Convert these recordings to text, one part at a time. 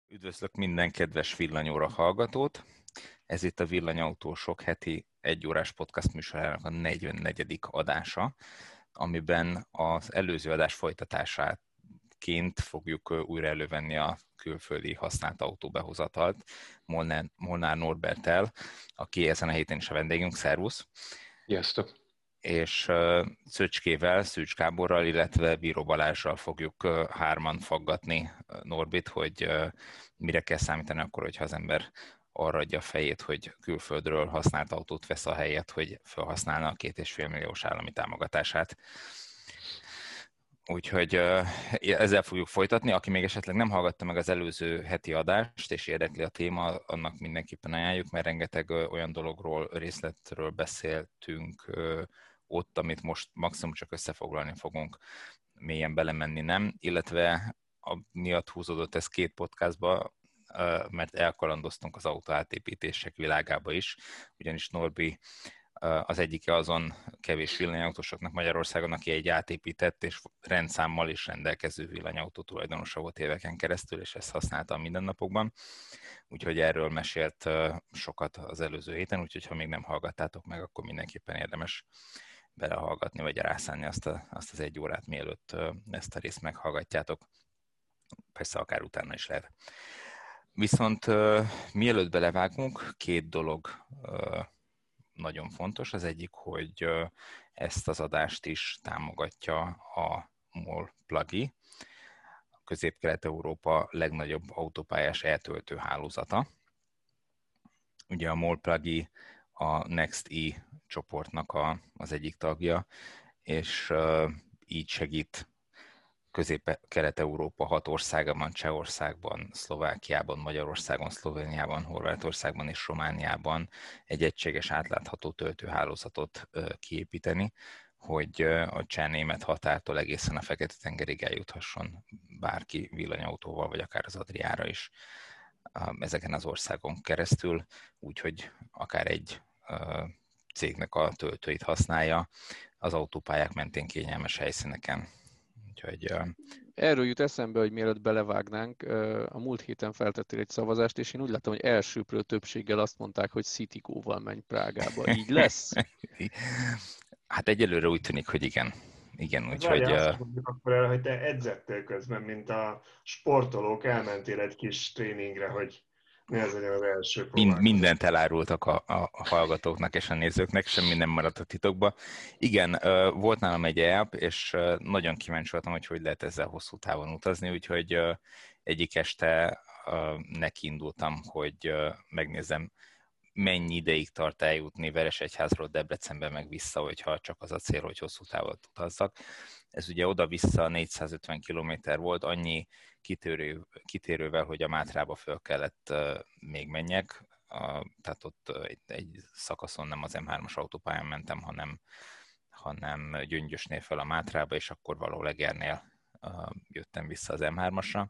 Üdvözlök minden kedves villanyóra hallgatót! Ez itt a Villanyautósok heti egyórás podcast műsorának a 44. adása, amiben az előző adás folytatásaként fogjuk újra elővenni a külföldi használt autóbehozatalt Molnár Norberttel, aki ezen a héten is a vendégünk. Szervusz! Sziasztok! És Szöcskével, Szűcs Gáborral, illetve Bíró Balázsral fogjuk hárman faggatni Norbit, hogy mire kell számítani akkor, hogyha az ember arra adja a fejét, hogy külföldről használt autót vesz a helyet, hogy felhasználna a 2,5 milliós állami támogatását. Úgyhogy ezzel fogjuk folytatni. Aki még esetleg nem hallgatta meg az előző heti adást, és érdekli a téma, annak mindenképpen ajánljuk, mert rengeteg olyan dologról, részletről beszéltünk ott, amit most maximum csak összefoglalni fogunk, mélyen belemenni nem, illetve miatt húzódott ez 2 podcastba, mert elkalandoztunk az autó átépítések világába is, ugyanis Norbi az egyike azon kevés villanyautósoknak Magyarországon, aki egy átépített és rendszámmal is rendelkező villanyautó tulajdonosa volt éveken keresztül, és ezt használta a mindennapokban. Úgyhogy erről mesélt sokat az előző héten, úgyhogy ha még nem hallgattátok meg, akkor mindenképpen érdemes belehallgatni, vagy rászánni azt az 1 órát, mielőtt ezt a részt meghallgatjátok. Persze akár utána is lehet. Viszont mielőtt belevágunk, 2 dolog nagyon fontos. Az egyik, hogy ezt az adást is támogatja a MOL Plug-i, a Közép-Kelet-Európa legnagyobb autópályás eltöltő hálózata. Ugye a MOL Plug-i a Next-E csoportnak az egyik tagja, és így segít Közép-Kelet-Európa 6 országban, Csehországban, Szlovákiában, Magyarországon, Szlovéniában, Horvátországban és Romániában egy egységes átlátható töltőhálózatot kiépíteni, hogy a cseh-német határtól egészen a Fekete-tengerig eljuthasson bárki villanyautóval, vagy akár az Adriára is ezeken az országon keresztül, úgyhogy akár egy cégnek a töltőit használja az autópályák mentén kényelmes helyszíneken. Úgyhogy, erről jut eszembe, hogy mielőtt belevágnánk, a múlt héten feltettél egy szavazást, és én úgy láttam, hogy elsőprő többséggel azt mondták, hogy Citigo-val menj Prágába. Így lesz? Hát egyelőre úgy tűnik, hogy igen. Igen, úgyhogy... Azt mondjuk akkor el, hogy te edzettél közben, mint a sportolók, elmentél egy kis tréningre, hogy mi az az első próbálkozás. Mindent elárultak a hallgatóknak és a nézőknek, semmi nem maradt a titokba. Igen, volt nálam egy app, és nagyon kíváncsi voltam, hogy lehet ezzel hosszú távon utazni, úgyhogy egyik este nekiindultam, hogy megnézem, mennyi ideig tart eljutni Veresegyházról Debrecenbe meg vissza, hogyha csak az a cél, hogy hosszú távot utazzak. Ez ugye oda-vissza 450 km volt, annyi kitérővel, hogy a Mátrába föl kellett még menjek, tehát ott egy szakaszon nem az M3-as autópályán mentem, hanem Gyöngyösnél fel a Mátrába, és akkor valahol Egernél jöttem vissza az M3-asra.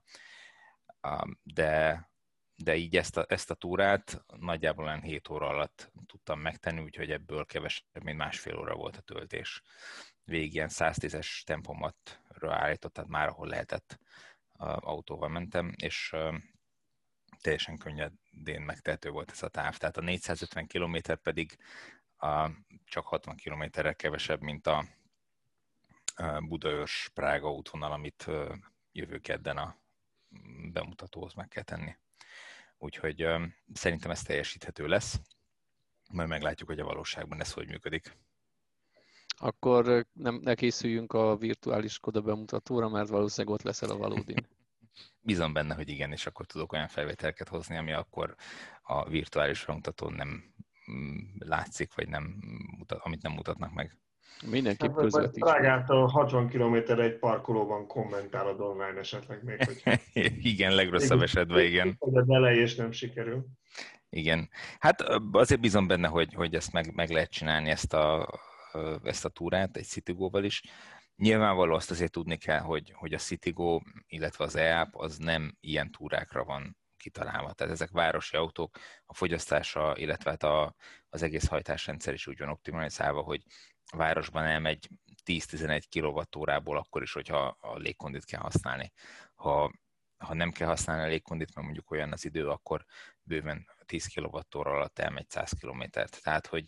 De így ezt a túrát nagyjából olyan 7 óra alatt tudtam megtenni, úgyhogy ebből kevesebb, mint másfél óra volt a töltés. Végig ilyen 110-es tempomatra állított, tehát már ahol lehetett autóval mentem, és teljesen könnyedén megtehető volt ez a táv. Tehát a 450 km pedig csak 60 kilométerrel kevesebb, mint a Budaörs-Prága útvonal, amit jövő kedden a bemutatóhoz meg kell tenni. Úgyhogy szerintem ez teljesíthető lesz, majd meglátjuk, hogy a valóságban ez hogy működik. Akkor ne készüljünk a virtuális Skoda bemutatóra, mert valószínűleg ott leszel a valódin. Bízom benne, hogy igen, és akkor tudok olyan felvételeket hozni, ami akkor a virtuális bemutatón nem látszik, vagy amit nem mutatnak meg. Mindenképp közvetíts. Prágától 60 km egy parkolóban kommentálod online esetleg még, hogy... Igen, legrosszabb esetben, igen. Hogy az elején és nem sikerül. Igen. Hát azért bízom benne, hogy ezt meg lehet csinálni, ezt a túrát egy Citigo-val is. Nyilvánvaló azt azért tudni kell, hogy a Citigo, illetve az e-app az nem ilyen túrákra van kitalálva. Tehát ezek városi autók, a fogyasztása, illetve hát az egész hajtásrendszer is úgy van optimalizálva, hogy a városban elmegy 10-11 kWh-ból akkor is, hogyha a légkondit kell használni. Ha ha nem kell használni a légkondit, mert mondjuk olyan az idő, akkor bőven 10 kWh alatt elmegy 100 kilométert. Tehát, hogy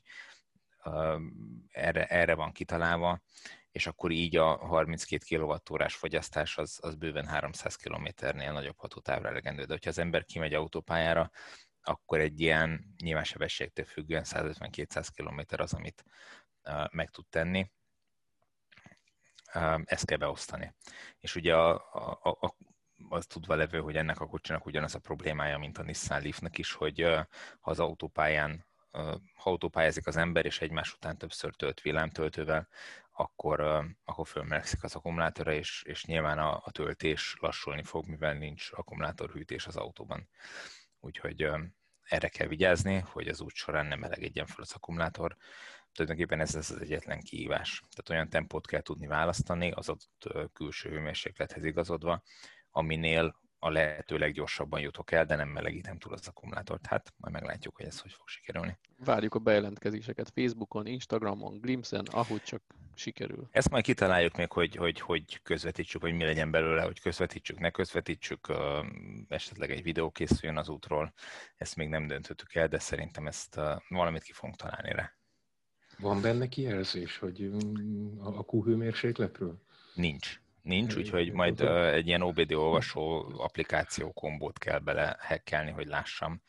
erre van kitalálva, és akkor így a 32 kWh-s fogyasztás az bőven 300 kilométernél nagyobb hatótávra elegendő. De hogyha az ember kimegy autópályára, akkor egy ilyen nyilván sebességtől függően 150-200 km az, amit meg tud tenni. Ezt kell beosztani. És ugye az tudva levő, hogy ennek a kocsinak ugyanaz a problémája, mint a Nissan Leafnek is, hogy ha az ha autópályázik az ember, és egymás után többször tölt villámtöltővel, akkor fölmelegszik az akkumulátora, és nyilván a töltés lassulni fog, mivel nincs akkumulátorhűtés az autóban. Úgyhogy erre kell vigyázni, hogy az út során nem melegedjen fel az akkumulátor. Tulajdonképpen ez az egyetlen kihívás. Tehát olyan tempót kell tudni választani az adott külső hőmérséklethez igazodva, aminél a lehető leggyorsabban jutok el, de nem melegítem túl az akkumulátort. Hát majd meglátjuk, hogy ez hogy fog sikerülni. Várjuk a bejelentkezéseket Facebookon, Instagramon, Glimpsen, ahogy csak sikerül. Ezt majd kitaláljuk még, hogy közvetítsük, hogy mi legyen belőle, hogy közvetítsük, ne közvetítsük, esetleg egy videó készüljön az útról. Ezt még nem döntöttük el, de szerintem ezt valamit ki fogunk találni rá. Van benne kijelzés, hogy a hőmérsékletről? Nincs, úgyhogy majd egy ilyen OBD olvasó applikáció kombót kell bele hackelni, hogy lássam.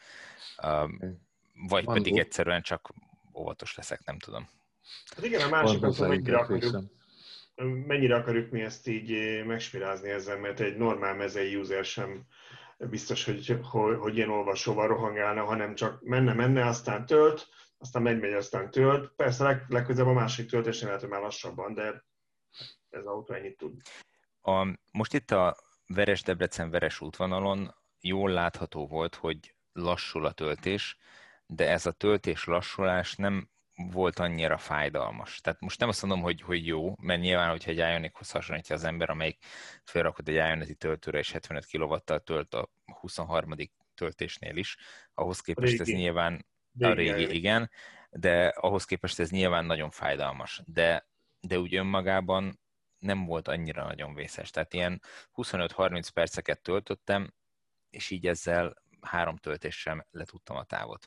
Vagy pedig egyszerűen csak óvatos leszek, nem tudom. Hát igen, a másik az, hogy mennyire akarjuk mi ezt így megspirázni ezzel, mert egy normál mezei user sem biztos, hogy ilyen olvasóval rohangálna, hanem csak menne, aztán tölt, aztán megy, aztán tölt. Persze legközelebb a másik töltésnél lehet, hogy már lassabban, de ez az autó ennyit tud. Most itt a Veres-Debrecen-Veres útvonalon jól látható volt, hogy lassul a töltés, de ez a töltés lassulás nem volt annyira fájdalmas. Tehát most nem azt mondom, hogy jó, mert nyilván, hogyha egy Ionichoz hasonlítja az ember, amelyik felrakott egy Ionity töltőre és 75 kW-tal tölt a 23. töltésnél is, ahhoz képest ez nyilván a régi, igen, de ahhoz képest ez nyilván nagyon fájdalmas. De úgy önmagában nem volt annyira nagyon vészes. Tehát ilyen 25-30 perceket töltöttem, és így ezzel 3 töltéssel letudtam a távot.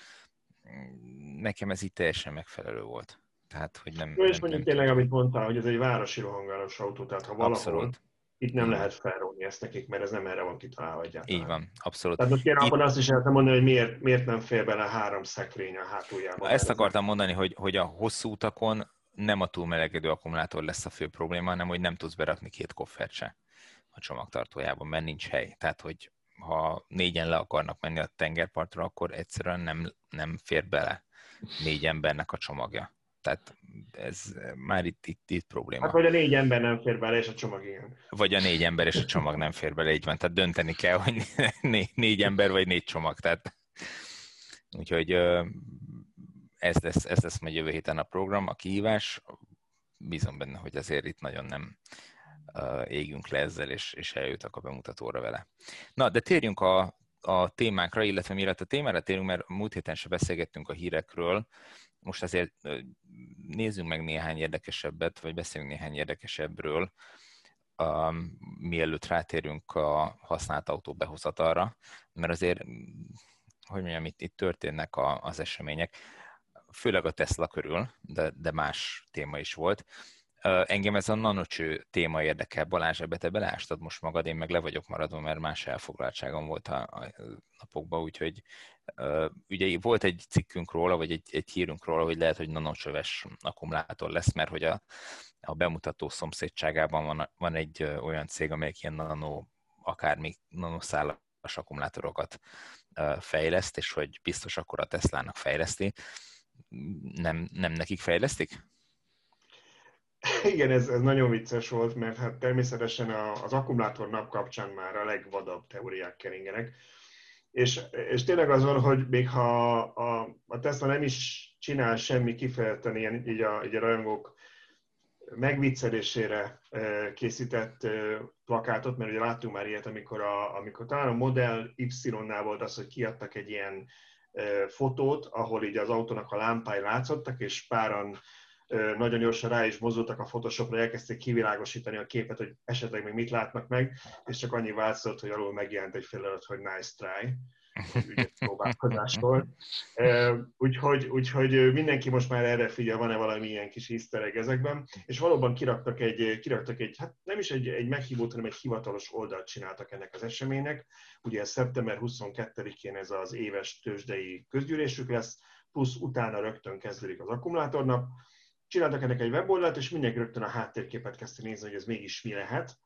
Nekem ez így teljesen megfelelő volt. Tehát, hogy nem... És mondjuk tényleg, amit mondtál, hogy ez egy városi rohangálós autó, tehát ha valahol, abszolút. Itt nem lehet felróni ezt nekik, mert ez nem erre van kitalálva egyáltalán. Így van, abszolút. Tehát most abban azt is lehetne mondani, hogy miért nem fér bele 3 szekrény a hátuljában. Ezt akartam mondani, hogy a hosszú utakon nem a túlmelegedő akkumulátor lesz a fő probléma, hanem hogy nem tudsz berakni 2 koffert se a csomagtartójában, mert nincs hely. Tehát, hogy ha 4-en le akarnak menni a tengerpartra, akkor egyszerűen nem fér bele 4 embernek a csomagja. Tehát ez már itt probléma. Hát vagy a 4 ember nem fér bele, és a csomag igen. Vagy a 4 ember és a csomag nem fér bele, így van. Tehát dönteni kell, hogy 4 ember vagy 4 csomag. Tehát... Úgyhogy ez lesz majd jövő héten a program, a kihívás. Bízom benne, hogy azért itt nagyon nem égünk le ezzel, és eljutok a bemutatóra vele. Na, de térjünk a témánkra, illetve mielőtt a témára térünk, mert múlt héten se beszélgettünk a hírekről, most azért nézzünk meg néhány érdekesebbet, vagy beszéljünk néhány érdekesebbről, mielőtt rátérünk a használt autó behozatalra, mert azért, hogy mondjam, itt történnek az események, főleg a Tesla körül, de más téma is volt. Engem ez a nanocső téma érdekel. Balázs, ebbe te beleástad most magad, én meg le vagyok maradva, mert más elfoglaltságom volt a napokban, úgyhogy ugye volt egy cikkünk róla, vagy egy hírünk róla, hogy lehet, hogy nanocsöves akkumulátor lesz, mert hogy a bemutató szomszédságában van egy olyan cég, amelyik ilyen akármi nanoszálas akkumulátorokat fejleszt, és hogy biztos akkor a Teslának fejleszti. Nem nekik fejlesztik? Igen, ez nagyon vicces volt, mert hát természetesen az akkumulátor nap kapcsán már a legvadabb teóriák keringenek. És tényleg az van, hogy még ha a Tesla nem is csinál semmi kifejezetten ilyen, így a rajongók megviccelésére készített plakátot, mert ugye láttunk már ilyet, amikor talán a Model Y-nál volt az, hogy kiadtak egy ilyen fotót, ahol így az autónak a lámpái látszottak, és páran nagyon gyorsan rá is mozdultak a Photoshopra, elkezdték kivilágosítani a képet, hogy esetleg még mit látnak meg, és csak annyi változott, hogy alul megjelent egy felirat, hogy nice try, ügyes próbálkozáskor. Úgyhogy mindenki most már erre figyel, van-e valami ilyen kis easter egg ezekben, és valóban kiraktak egy hát nem is egy meghívót, hanem egy hivatalos oldalt csináltak ennek az eseménynek. Ugye szeptember 22-én ez az éves tőzsdei közgyűlésük lesz, plusz utána rögtön kezdődik az akkumulátornap. Csináltak ennek egy weboldalt, és mindenki rögtön a háttérképet kezdte nézni, hogy ez mégis mi lehet.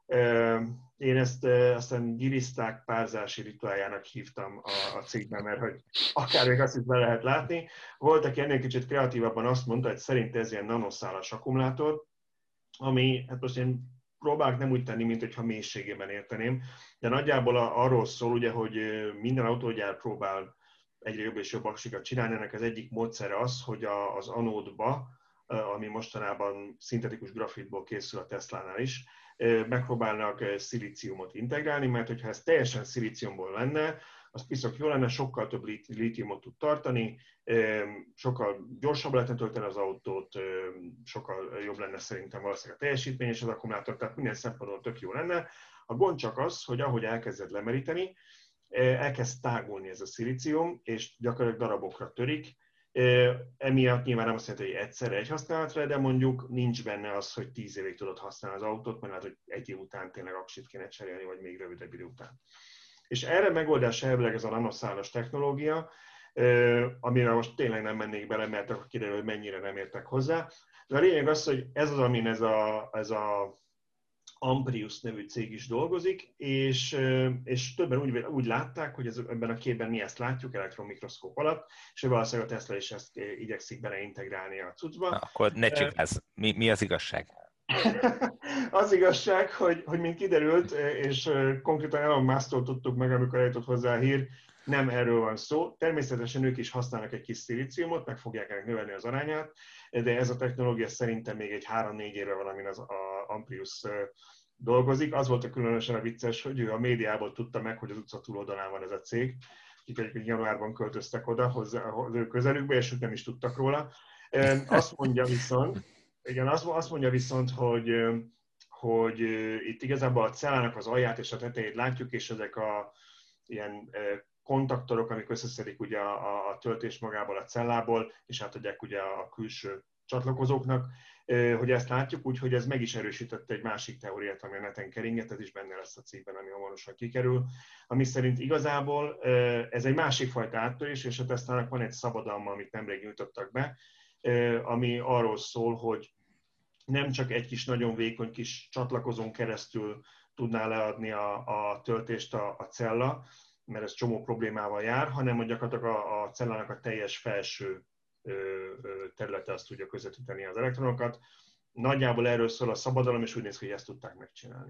Én ezt aztán giriszták párzási rituáljának hívtam a cikkben, mert hogy akár még azt is be lehet látni. Volt, aki ennél kicsit kreatívabban azt mondta, hogy szerint ez ilyen nanoszálas akkumulátor, ami, hát most én próbálok nem úgy tenni, mint hogyha mélységében érteném, de nagyjából arról szól, ugye, hogy minden autógyár próbál egyre jobb és jobb aksikat csinálni. Ennek az egyik módszere az, hogy az anódba, ami mostanában szintetikus grafitból készül a Teslánál is, megpróbálnak szilíciumot integrálni, mert hogyha ez teljesen szilíciumból lenne, az piszok jó lenne, sokkal több lítiumot tud tartani, sokkal gyorsabb lehetne tölteni az autót, sokkal jobb lenne szerintem valószínűleg a teljesítmény és az akkumulátor, tehát minden szempontból tök jó lenne. A gond csak az, hogy ahogy elkezded lemeríteni, elkezd tágulni ez a szilícium, és gyakorlatilag darabokra törik. Emiatt nyilván nem azt jelenti, hogy egyszerre egy használatra, de mondjuk nincs benne az, hogy 10 évig tudod használni az autót, mert lehet, hogy egy év után tényleg aksit kéne cserélni, vagy még rövidebb idő után. És erre megoldás elvileg ez a nanoszálas technológia, amire most tényleg nem mennék bele, mert akkor kiderül, hogy mennyire nem értek hozzá. De a lényeg az, hogy ez az, amin ez a Amprius nevű cég is dolgozik, és többen úgy látták, hogy ebben a képben mi ezt látjuk elektronmikroszkóp alatt, és valószínűleg a Tesla is ezt igyekszik beleintegrálni a cuccba. Na, akkor ne csikázz. Mi az igazság? Az igazság, hogy mint kiderült, és konkrétan Elon Musk-tól tudtuk meg, amikor eljutott hozzá a hír, nem erről van szó. Természetesen ők is használnak egy kis szilíciumot, meg fogják ennek növelni az arányát, de ez a technológia szerintem még egy 3-4 éve van, amin az Amprius dolgozik. Az volt a különösen a vicces, hogy ő a médiából tudta meg, hogy az utca túloldalán van ez a cég, akik egyébként januárban költöztek oda hozzá az ő közelükbe, és ők nem is tudtak róla. Azt mondja viszont, hogy itt igazából a cellának az alját és a tetejét látjuk, és ezek a ilyen kontaktorok, amik összeszedik ugye a töltés magából a cellából, és átadják ugye a külső csatlakozóknak, hogy ezt látjuk, úgyhogy ez meg is erősítette egy másik teóriát, ami a neten keringet, ez is benne lesz a cikkben, ami hamarosan kikerül, ami szerint igazából ez egy másik fajta áttörés, és a Teslának van egy szabadalma, amit nemrég nyújtottak be, ami arról szól, hogy nem csak egy kis nagyon vékony kis csatlakozón keresztül tudná leadni a töltést a cella, mert ez csomó problémával jár, hanem hogy gyakorlatilag a cellának a teljes felső területe azt tudja közvetíteni az elektronokat. Nagyjából erről szól a szabadalom, és úgy néz ki, hogy ezt tudták megcsinálni.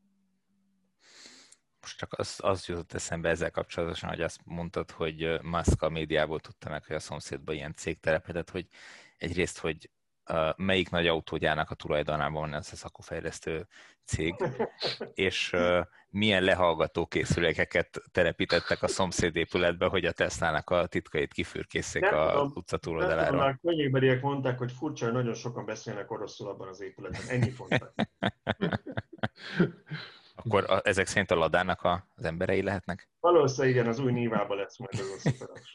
Most csak az jutott eszembe ezzel kapcsolatosan, hogy azt mondtad, hogy Musk a médiából tudta meg, hogy a szomszédban ilyen cég telepedett, hogy egyrészt, hogy melyik nagy autógyárnak a tulajdonában van ez a szakófejlesztő cég, és milyen lehallgató készülékeket telepítettek a szomszédépületbe, hogy a Teslának a titkait kifürkészék az utca túloldaláról. A környékbeliek mondták, hogy furcsa, hogy nagyon sokan beszélnek oroszul abban az épületben. Ennyit mondták. Akkor ezek szerint a Ladának az emberei lehetnek? Valószínűleg igen, az új Nívában lesz majd az szuperes.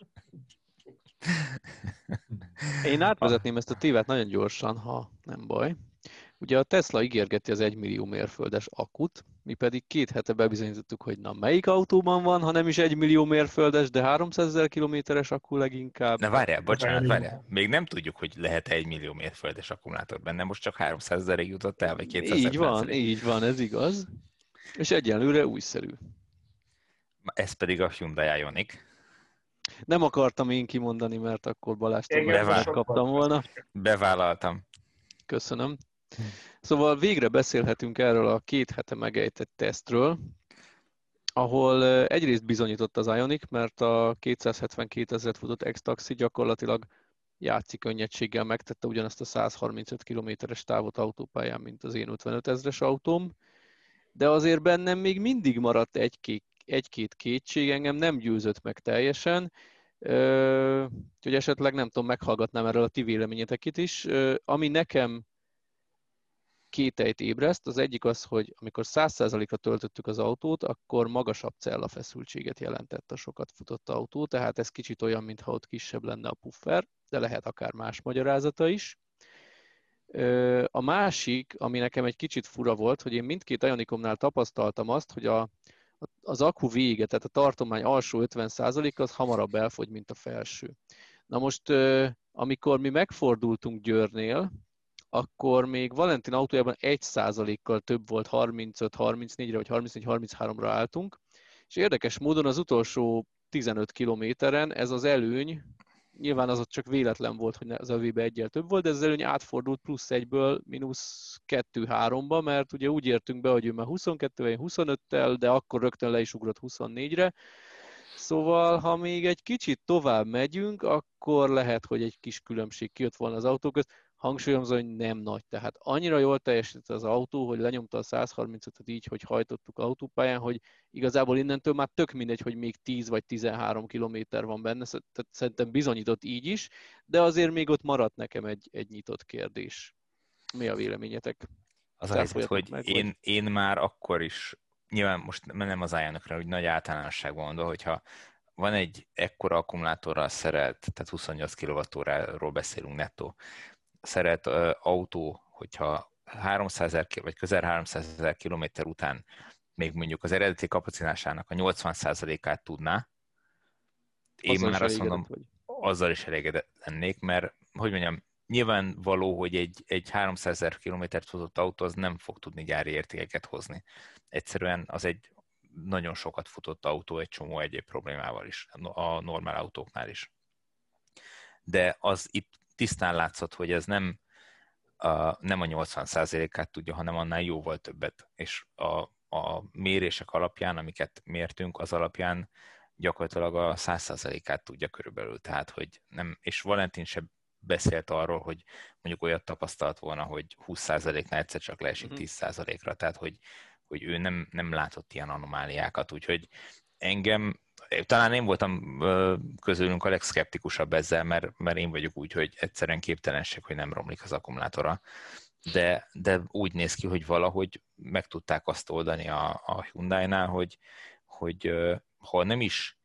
Én átvezetném ezt a tévát nagyon gyorsan, ha nem baj. Ugye a Tesla ígérgeti az 1 millió mérföldes akut, mi pedig 2 hete bebizonyítottuk, hogy na melyik autóban van, ha nem is 1 millió mérföldes, de 300 000 kilométeres akku leginkább. Na várjál. Még nem tudjuk, hogy lehet 1 millió mérföldes akkumulátor benne, most csak 300 000-ig jutott el, vagy 200 Így van, ez igaz. És egyenlőre újszerű. Ez pedig a Hyundai Ioniq. Nem akartam én kimondani, mert akkor Balástól megkaptam volna. Bevállaltam. Köszönöm. Szóval végre beszélhetünk erről a 2 hete megejtett tesztről, ahol egyrészt bizonyított az Ioniq, mert a 272 000 futott ex-taxi gyakorlatilag játszik könnyedséggel megtette ugyanazt a 135 km-es távot autópályán, mint az én 55 000-es autóm, de azért bennem még mindig maradt egy-két kétség, engem nem győzött meg teljesen, Úgyhogy esetleg nem tudom, meghallgatnám erről a ti véleményeteket is. Ami nekem kételyt ébreszt, az egyik az, hogy amikor 100%-ra töltöttük az autót, akkor magasabb cellafeszültséget jelentett a sokat futott autó, tehát ez kicsit olyan, mintha ott kisebb lenne a puffer, de lehet akár más magyarázata is. A másik, ami nekem egy kicsit fura volt, hogy én mindkét Ioniqomnál tapasztaltam azt, hogy az akku vége, tehát a tartomány alsó 50%-a az hamarabb elfogy, mint a felső. Na most, amikor mi megfordultunk Győrnél, akkor még Valentin autójában 1%-kal több volt, 35-34-re vagy 34-33-ra álltunk, és érdekes módon az utolsó 15 kilométeren ez az előny, nyilván az ott csak véletlen volt, hogy az övébe egyel több volt, de ez az előny átfordult +1-ből -2-3-ba, mert ugye úgy értünk be, hogy ő már 22-vel, 25-tel, de akkor rögtön le is ugrott 24-re. Szóval, ha még egy kicsit tovább megyünk, akkor lehet, hogy egy kis különbség kijött volna az autók közt. Hangsúlyozom, hogy nem nagy. Tehát annyira jól teljesített az autó, hogy lenyomta a 135-öt így, hogy hajtottuk autópályán, hogy igazából innentől már tök mindegy, hogy még 10 vagy 13 kilométer van benne. Tehát szerintem bizonyított így is, de azért még ott maradt nekem egy nyitott kérdés. Mi a véleményetek? Az a helyzet, hogy én már akkor is, nyilván most nem az Ionokra, hogy nagy általánosságban mondva, hogyha van egy ekkora akkumulátorral szerelt, tehát 28 kWh-ról beszélünk nettó, szerelt autó, hogyha 300 000 vagy közel 300 000 kilométer után még mondjuk az eredeti kapacitásának a 80%-át tudná, én már azt mondom, azzal is elégedett lennék, mert, hogy mondjam, nyilvánvaló, hogy egy 300 000 kilométert futott autó az nem fog tudni gyári értékeket hozni. Egyszerűen az egy nagyon sokat futott autó egy csomó egyéb problémával is, a normál autóknál is. De az itt tisztán látszott, hogy ez nem a 80%-át tudja, hanem annál jóval többet. És a mérések alapján, amiket mértünk, az alapján gyakorlatilag a 100%-át tudja körülbelül. Tehát, hogy nem, és Valentin sem beszélt arról, hogy mondjuk olyat tapasztalt volna, hogy 20%-nál egyszer csak leesik 10%-ra, tehát, hogy ő nem látott ilyen anomáliákat, úgyhogy engem, talán én voltam közülünk a legszkeptikusabb ezzel, mert én vagyok úgy, hogy egyszerűen képtelenség, hogy nem romlik az akkumulátora. De úgy néz ki, hogy valahogy meg tudták azt oldani a Hyundai-nál, hogy ha nem is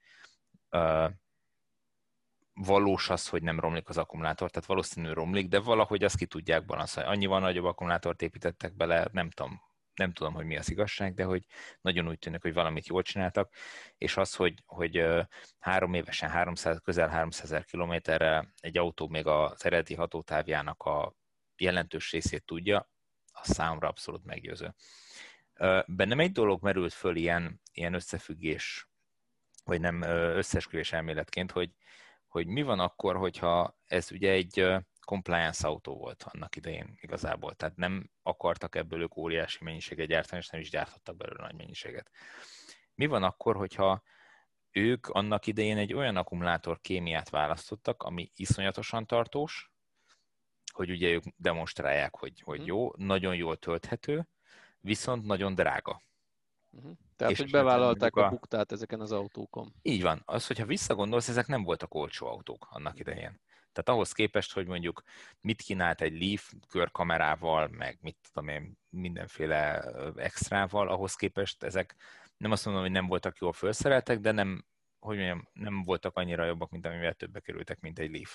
valós az, hogy nem romlik az akkumulátor, tehát valószínűleg romlik, de valahogy azt ki tudják balanszolni. Annyival nagyobb akkumulátort építettek bele, nem tudom, hogy mi az igazság, de hogy nagyon úgy tűnik, hogy valamit jól csináltak, és az, hogy 3 évesen közel 300 000 kilométerre egy autó még az eredeti hatótávjának a jelentős részét tudja, az számomra abszolút meggyőző. Bennem egy dolog merült föl ilyen összefüggés, vagy nem összeesküvés elméletként, hogy mi van akkor, hogyha ez ugye egy compliance autó volt annak idején igazából, tehát nem akartak ebből ők óriási mennyiséget gyártani, és nem is gyártottak belőle nagy mennyiséget. Mi van akkor, hogyha ők annak idején egy olyan akkumulátor kémiát választottak, ami iszonyatosan tartós, hogy ugye ők demonstrálják, hogy jó, nagyon jól tölthető, viszont nagyon drága. Tehát, hogy bevállalták a buktát ezeken az autókon. Így van. Az, hogyha visszagondolsz, ezek nem voltak olcsó autók annak idején. Tehát ahhoz képest, hogy mondjuk mit kínált egy Leaf körkamerával, meg mit tudom én, mindenféle extrával, ahhoz képest ezek, nem azt mondom, hogy nem voltak jól felszereltek, de nem voltak annyira jobbak, mint amivel többbe kerültek, mint egy Leaf.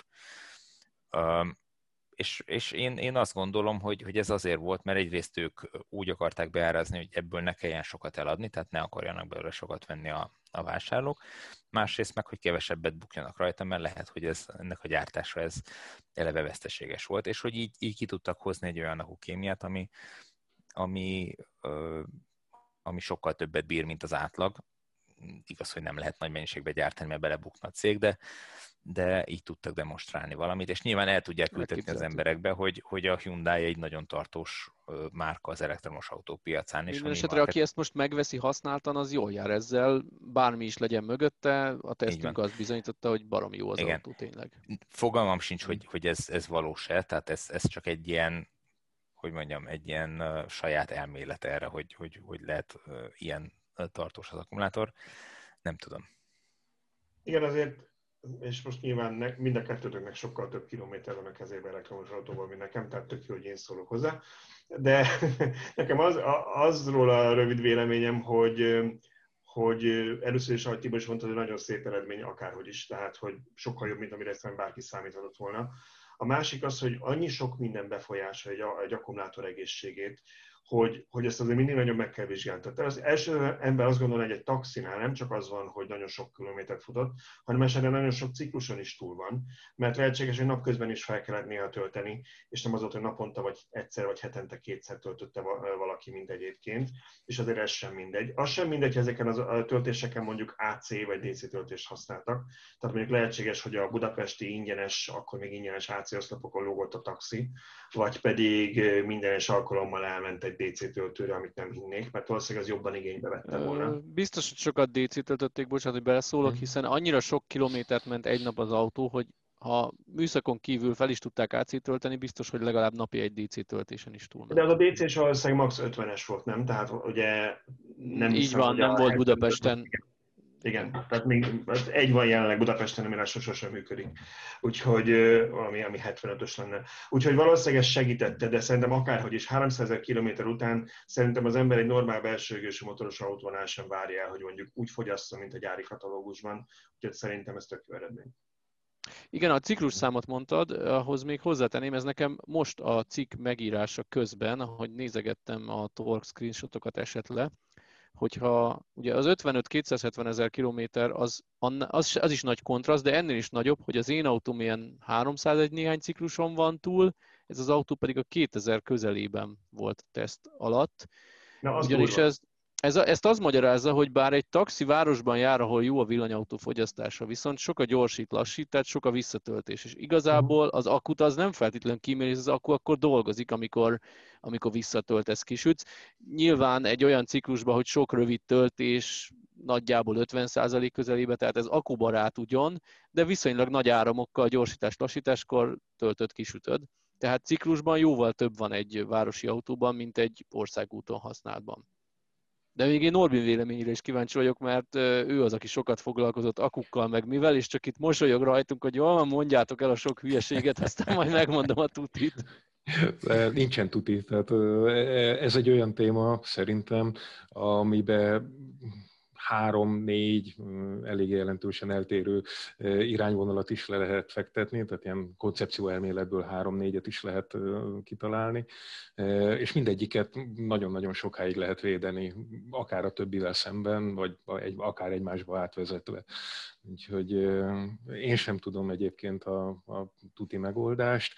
És én azt gondolom, hogy ez azért volt, mert egyrészt ők úgy akarták beárazni, hogy ebből ne kelljen sokat eladni, tehát ne akarjanak belőle sokat venni a vásárlók. Másrészt meg, hogy kevesebbet bukjanak rajta, mert lehet, hogy ennek a gyártása ez eleve veszteséges volt, és hogy így ki tudtak hozni egy olyan akkukémiát, ami sokkal többet bír, mint az átlag. Igaz, hogy nem lehet nagy mennyiségbe gyártani, mert belebukna a cég, de így tudtak demonstrálni valamit, és nyilván el tudják ültetni az emberekbe, hogy a Hyundai egy nagyon tartós márka az elektromos autópiacán. Minden esetre, aki ezt most megveszi használtan, az jól jár ezzel, bármi is legyen mögötte, a tesztünk azt bizonyította, hogy baromi jó az autó tényleg. Fogalmam sincs, hogy ez valós-e, tehát ez csak egy ilyen, hogy mondjam, egy ilyen saját elmélet erre, hogy lehet ilyen tartós az akkumulátor. Nem tudom. Igen, azért és most nyilván mind a kettőtöknek sokkal több kilométer van a kezében elektromos autóval, mint nekem, tehát tök jó, hogy én szólok hozzá. De nekem azról a rövid véleményem, hogy először is, ahogy Tibor is mondta, hogy nagyon szép eredmény akárhogy is, tehát hogy sokkal jobb, mint amire ezt bárki számíthatott volna. A másik az, hogy annyi sok minden befolyásolja egy akkumulátor egészségét, hogy ezt azért mindig nagyon meg kell vizsgálni. Tehát az első ember azt gondolja, hogy egy taxinál nem csak az van, hogy nagyon sok kilométert futott, hanem esetleg nagyon sok cikluson is túl van, mert lehetséges, hogy napközben is fel kellett néha tölteni, és nem az volt, hogy naponta vagy egyszer vagy hetente kétszer töltötte valaki mind egyébként, és azért ez sem mindegy. Az sem mindegy, hogy ezeken a töltéseken mondjuk AC vagy DC töltést használtak. Tehát mondjuk lehetséges, hogy a budapesti ingyenes, akkor még ingyenes AC oszlopokon lógott a taxi, vagy pedig mindenes alkalommal elment egy DC töltőre, amit nem hinnék, mert valószínűleg az jobban igénybe vette volna. Biztos, hogy sokat DC töltötték, bocsánat, hogy beleszólok, hiszen annyira sok kilométert ment egy nap az autó, hogy ha műszakon kívül fel is tudták AC tölteni, biztos, hogy legalább napi egy DC töltésen is túlment. De az a DC-s valószínűleg max 50-es volt, nem? Tehát ugye nem így hiszem, van, hogy nem volt Budapesten. Igen, tehát még egy van jelenleg Budapesten, amire sosem működik. Úgyhogy ami 75-ös lenne. Úgyhogy valószínűleg ez segítette, de szerintem akárhogy is 300 000 kilométer után szerintem az ember egy normál belsőégésű motoros autónál sem várja el, hogy mondjuk úgy fogyassza, mint a gyári katalógusban. Úgyhogy szerintem ez tök jó eredmény. Igen, a ciklusszámot mondtad, ahhoz még hozzátenném, ez nekem most a cikk megírása közben, ahogy nézegettem a torque screenshotokat esett le, hogyha ugye az 55-270 000 kilométer az is nagy kontraszt, de ennél is nagyobb, hogy az én autóm ilyen 301 néhány cikluson van túl, ez az autó pedig a 2000 közelében volt teszt alatt. Ugyanis ezt az magyarázza, hogy bár egy taxi városban jár, ahol jó a villanyautó fogyasztása, viszont sok a gyorsít, lassít, tehát sok a visszatöltés. És igazából az akut az nem feltétlenül kímél, és az akku akkor dolgozik, amikor visszatöltesz, kisütsz. Nyilván egy olyan ciklusban, hogy sok rövid töltés, nagyjából 50% közelébe, tehát ez akkubarát ugyan, de viszonylag nagy áramokkal gyorsítás-lassításkor töltött, kisütöd. Tehát ciklusban jóval több van egy városi autóban, mint egy országúton használtban. De még én Norbin véleményére is kíváncsi vagyok, mert ő az, aki sokat foglalkozott akukkal, meg mivel, és csak itt mosolyog rajtunk, hogy jól van, mondjátok el a sok hülyeséget, aztán majd megmondom a tutit. Nincsen tuti, tehát ez egy olyan téma szerintem, amiben 3-4 elég jelentősen eltérő irányvonalat is le lehet fektetni, tehát ilyen koncepcióelméletből 3-4-et is lehet kitalálni, és mindegyiket nagyon-nagyon sokáig lehet védeni, akár a többivel szemben, vagy akár egymásba átvezetve. Úgyhogy én sem tudom egyébként a tuti megoldást.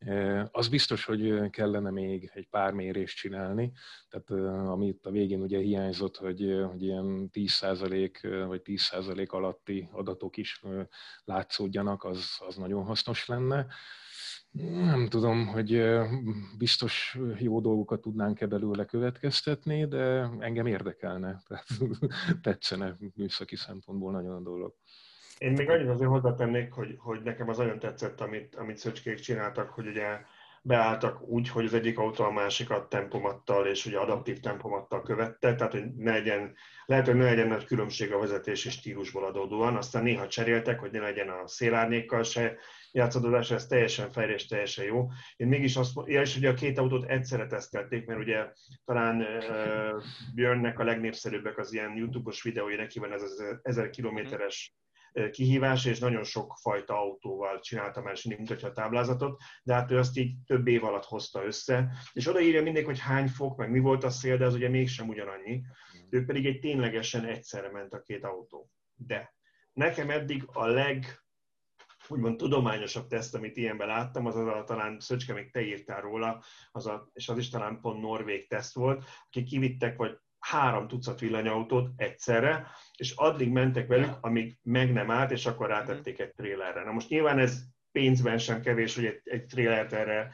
Az biztos, hogy kellene még egy pár mérést csinálni, tehát amit a végén ugye hiányzott, hogy ilyen 10% vagy 10% alatti adatok is látszódjanak, az nagyon hasznos lenne. Nem tudom, hogy biztos jó dolgokat tudnánk-e belőle következtetni, de engem érdekelne, tehát tetszene műszaki szempontból nagyon a dolog. Én még annyit azért hozzátennék, hogy nekem az nagyon tetszett, amit Szöcskék csináltak, hogy ugye beálltak úgy, hogy az egyik autó a másikat tempomattal és ugye adaptív tempomattal követte, tehát hogy lehet, hogy ne legyen nagy különbség a vezetési stílusból adódóan, aztán néha cseréltek, hogy ne legyen a szélárnyékkal se játszadozás, ez teljesen fejre és teljesen jó. Én mégis és ugye a két autót egyszerre tesztelték, mert ugye talán Björnnek a legnépszerűbbek az ilyen YouTube-os videói, neki van ez az 1000 kilométeres kihívás, és nagyon sok fajta autóval csinálta már, és mindig mutatja a táblázatot, de hát ő azt így több év alatt hozta össze, és odaírja mindig, hogy hány fok, meg mi volt a szél, de az ugye mégsem ugyanannyi. Ő pedig egy ténylegesen egyszerre ment a két autó. De nekem eddig a úgymond tudományosabb teszt, amit ilyenben láttam, talán Szöcske, még te írtál róla, és az is talán pont norvég teszt volt, akik kivittek vagy 3 tucat villanyautót egyszerre, és addig mentek velük, amíg meg nem állt, és akkor rátették egy trélerre. Na most nyilván ez pénzben sem kevés, hogy egy trélert erre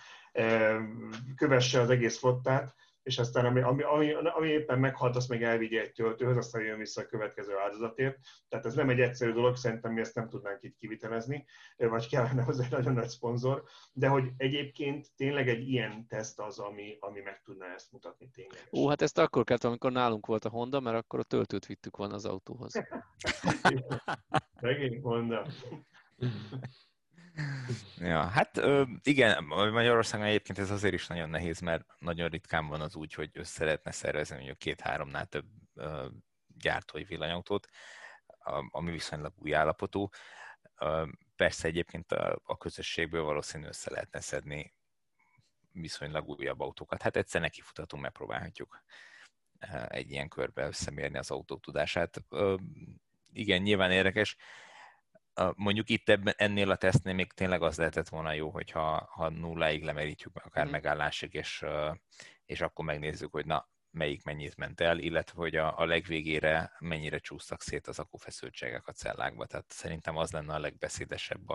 kövesse az egész flottát, és aztán ami éppen meghalt, azt meg elvigye egy töltőhöz, aztán jön vissza a következő áldozatért. Tehát ez nem egy egyszerű dolog, szerintem mi ezt nem tudnánk itt kivitelezni, vagy kellene hozzá egy nagyon nagy szponzor, de hogy egyébként tényleg egy ilyen teszt az, ami meg tudná ezt mutatni tényleg. Ó, hát ezt akkor kellett, amikor nálunk volt a Honda, mert akkor a töltőt vittük volna az autóhoz. Megint Honda. Ja, hát igen, Magyarországon egyébként ez azért is nagyon nehéz, mert nagyon ritkán van az úgy, hogy össze lehetne szervezni mondjuk 2-3-nál több gyártói villanyautót, ami viszonylag új állapotú. Persze egyébként a közösségből valószínűleg össze lehetne szedni viszonylag újabb autókat. Hát egyszer nekifutatunk, megpróbálhatjuk egy ilyen körbe összemérni az autók tudását. Igen, nyilván érdekes. Mondjuk itt ennél a tesztnél még tényleg az lehetett volna jó, hogyha nulláig lemerítjük, akár megállásig, és akkor megnézzük, hogy na, melyik mennyit ment el, illetve hogy a legvégére mennyire csúsztak szét az akkufeszültségek a cellákba. Tehát szerintem az lenne a legbeszédesebb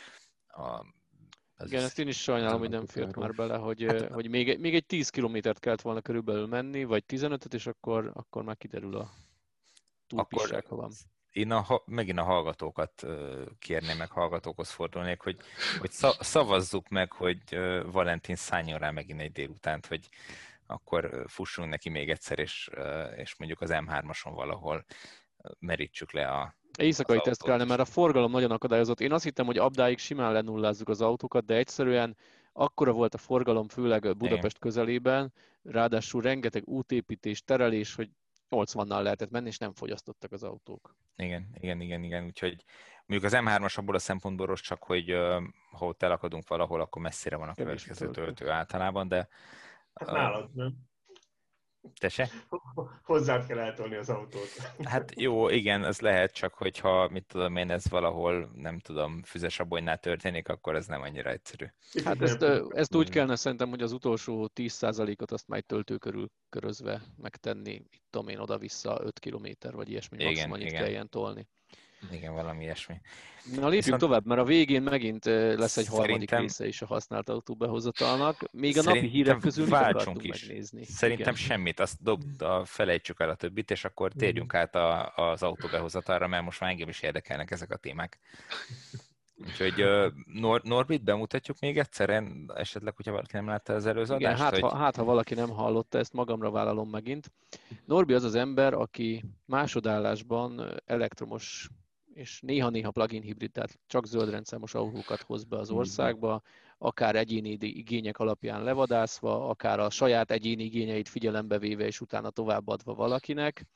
igen, ezt én is sajnálom, hogy nem fért már bele, hogy még egy 10 kilométert kellett volna körülbelül menni, vagy 15-öt, és akkor már kiderül a túlpisság, ha van. Én megint a hallgatókat kérném, meg hallgatókhoz fordulnék, hogy szavazzuk meg, hogy Valentin szálljon rá megint egy délutánt, hogy akkor fussunk neki még egyszer, és mondjuk az M3-ason valahol merítsük le a éjszakai teszt kellene, mert a forgalom nagyon akadályozott. Én azt hittem, hogy abdáig simán lenullázzuk az autókat, de egyszerűen akkora volt a forgalom, főleg Budapest közelében, ráadásul rengeteg útépítés, terelés, hogy 80-nal lehetett menni, és nem fogyasztottak az autók. Igen. Úgyhogy mondjuk az M3-as abból a szempontból rossz, csak hogy ha ott elakadunk valahol, akkor messzire van a következő töltő általában, de... Hát nálad, nem? Tese? Hozzád kell eltolni az autót. Hát jó, igen, az lehet, csak hogyha, mit tudom én, ez valahol, nem tudom, Füzesabonynál történik, akkor ez nem annyira egyszerű. Hát ezt úgy kellene szerintem, hogy az utolsó 10%-ot azt majd töltő körül körözve megtenni, itt tudom én, oda-vissza 5 kilométer, vagy ilyesmi, maximum annyit kelljen tolni. Igen, valami ilyesmi. Na lépjünk tovább, mert a végén megint lesz egy harmadik része is a használt autó behozatalnak. Még a napi hírek közül mit akartunk megnézni? Szerintem semmit, azt felejtsük el a többit, és akkor térjünk át az autó behozatalra, mert most már engem is érdekelnek ezek a témák. Úgyhogy Norbit bemutatjuk még egyszer, esetleg, hogyha valaki nem látta az előző adást. Igen, ha valaki nem hallotta, ezt magamra vállalom megint. Norbi az az ember, aki másodállásban elektromos és néha-néha plug-in hibrid, tehát csak zöldrendszámos autókat hoz be az országba, akár egyéni igények alapján levadászva, akár a saját egyéni igényeit figyelembe véve, és utána továbbadva valakinek.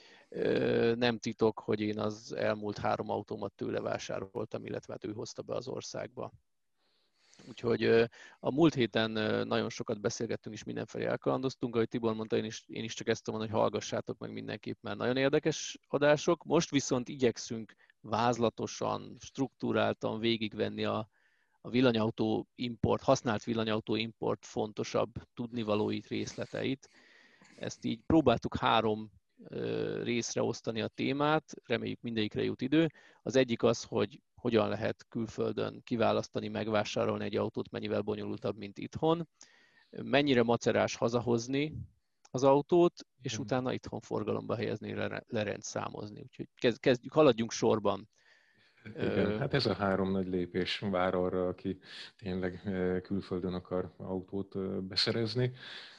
Nem titok, hogy én az elmúlt 3 autómat tőle vásároltam, illetve hát ő hozta be az országba. Úgyhogy a múlt héten nagyon sokat beszélgettünk és mindenfelé elkalandoztunk, ahogy Tibor mondta, én is csak ezt tudom mondani, hogy hallgassátok meg mindenképp, mert nagyon érdekes adások. Most viszont igyekszünk vázlatosan, struktúráltan végigvenni a villanyautó import, használt villanyautó import fontosabb tudnivalóit, részleteit. Ezt így próbáltuk 3 részre osztani a témát, reméljük mindegyikre jut idő. Az egyik az, hogy hogyan lehet külföldön kiválasztani, megvásárolni egy autót, mennyivel bonyolultabb, mint itthon, mennyire macerás hazahozni az autót, és utána itthon forgalomba helyezni, lerendszámozni. Úgyhogy haladjunk sorban. Igen, hát ez a 3 nagy lépés vár arra, aki tényleg külföldön akar autót beszerezni.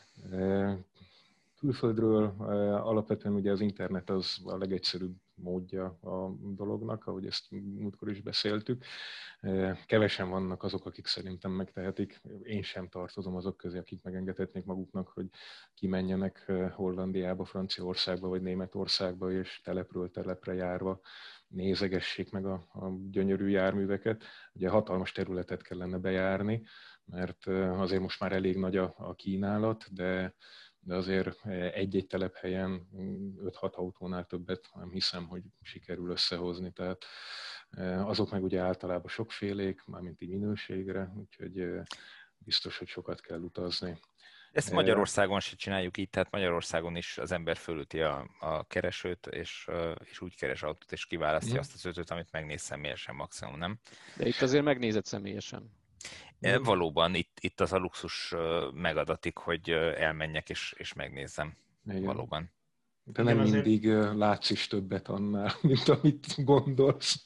Külföldről alapvetően ugye az internet az a legegyszerűbb módja a dolognak, ahogy ezt múltkor is beszéltük. Kevesen vannak azok, akik szerintem megtehetik. Én sem tartozom azok közé, akik megengedhetnék maguknak, hogy kimenjenek Hollandiába, Franciaországba vagy Németországba, és telepről telepre járva nézegessék meg a gyönyörű járműveket. Ugye hatalmas területet kellene bejárni, mert azért most már elég nagy a kínálat, de azért egy-egy telephelyen 5-6 autónál többet nem hiszem, hogy sikerül összehozni. Tehát azok meg ugye általában sokfélék, mármint így minőségre, úgyhogy biztos, hogy sokat kell utazni. Ezt Magyarországon se csináljuk így, tehát Magyarországon is az ember fölüti a keresőt, és úgy keres autót, és kiválasztja azt az 5-öt, amit megnéz személyesen maximum, nem? De itt azért megnézed személyesen. Valóban itt az a luxus megadatik, hogy elmenjek és megnézzem. Igen. Valóban. De nem mindig látsz is többet annál, mint amit gondolsz.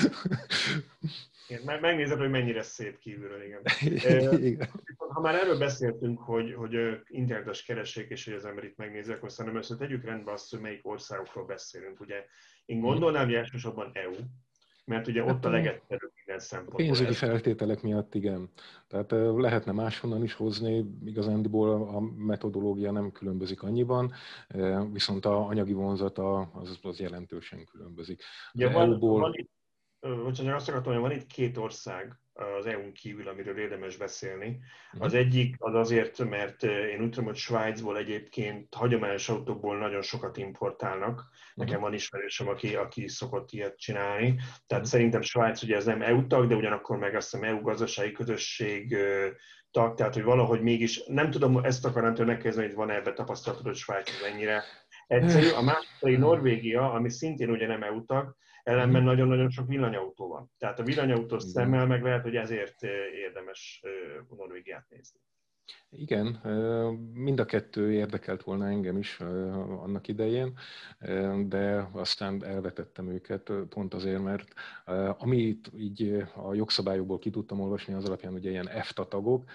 Igen, megnézed, hogy mennyire szép kívülről, igen. Igen. Ha már erről beszéltünk, hogy internetes keressék, és hogy az ember itt megnézi, akkor szerintem össze tegyük rendbe azt, hogy melyik országokról beszélünk. Ugye én gondolnám, hogy elsősorban EU, mert ugye ott a legegyszerűbb minden szempontból. Pénzügyi feltételek miatt igen. Tehát lehetne máshonnan is hozni, igazándiból a metodológia nem különbözik annyiban, viszont a anyagi vonzata az jelentősen különbözik. Ugye van itt, azt akartam, hogy van itt két ország az EU-n kívül, amiről érdemes beszélni. Az egyik az azért, mert én úgy tudom, hogy Svájcból egyébként hagyományos autókból nagyon sokat importálnak. Nekem van ismerősöm, aki szokott ilyet csinálni. Tehát szerintem Svájc ugye ez nem EU tag, de ugyanakkor meg azt hiszem EU gazdasági közösség tag, tehát hogy valahogy mégis, nem tudom, ezt akarom tőle megkérdezni, hogy van-e ebbe tapasztalatod, hogy Svájc mennyire egyszerű. A másik pedig Norvégia, ami szintén ugye nem EU tag, ellenben nagyon-nagyon sok villanyautó van. Tehát a villanyautós szemmel meg lehet, hogy ezért érdemes Norvégiát nézni. Igen, mind a kettő érdekelt volna engem is annak idején, de aztán elvetettem őket pont azért, mert amit így a jogszabályokból ki tudtam olvasni, az alapján ugye ilyen EFTA tagok,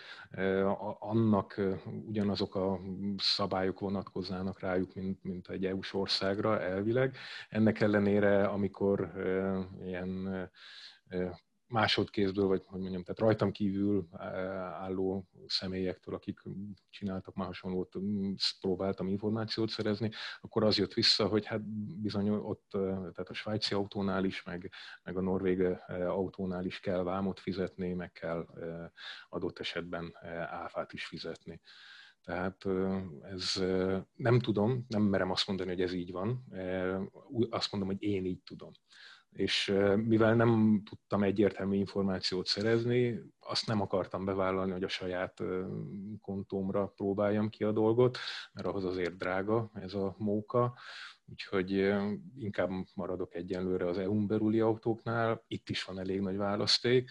annak ugyanazok a szabályok vonatkoznának rájuk, mint egy EU-s országra elvileg. Ennek ellenére, amikor ilyen másodkézből, vagy hogy mondjam, tehát rajtam kívül álló személyektől, akik csináltak már hasonlót, próbáltam információt szerezni, akkor az jött vissza, hogy hát bizony ott, tehát a svájci autónál is, meg a norvég autónál is kell vámot fizetni, meg kell adott esetben áfát is fizetni. Tehát ez nem tudom, nem merem azt mondani, hogy ez így van, azt mondom, hogy én így tudom. És mivel nem tudtam egyértelmű információt szerezni, azt nem akartam bevállalni, hogy a saját kontómra próbáljam ki a dolgot, mert ahhoz azért drága ez a móka, úgyhogy inkább maradok egyenlőre az EU-n belüli autóknál, itt is van elég nagy választék,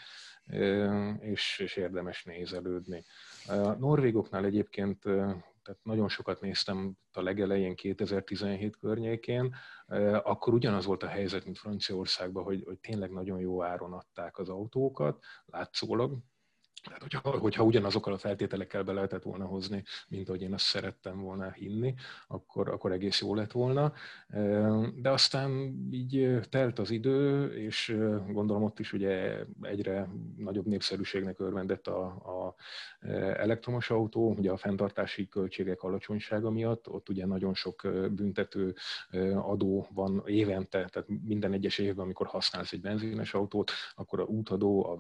és érdemes nézelődni. A norvégoknál egyébként, tehát nagyon sokat néztem a legelején 2017 környékén, akkor ugyanaz volt a helyzet, mint Franciaországban, hogy tényleg nagyon jó áron adták az autókat, látszólag. Tehát, hogyha ugyanazokkal a feltételekkel be lehetett volna hozni, mint ahogy én azt szerettem volna hinni, akkor egész jó lett volna. De aztán így telt az idő, és gondolom ott is ugye egyre nagyobb népszerűségnek örvendett a elektromos autó, ugye a fenntartási költségek alacsonysága miatt, ott ugye nagyon sok büntető adó van évente, tehát minden egyes évben, amikor használsz egy benzines autót, akkor a útadó, a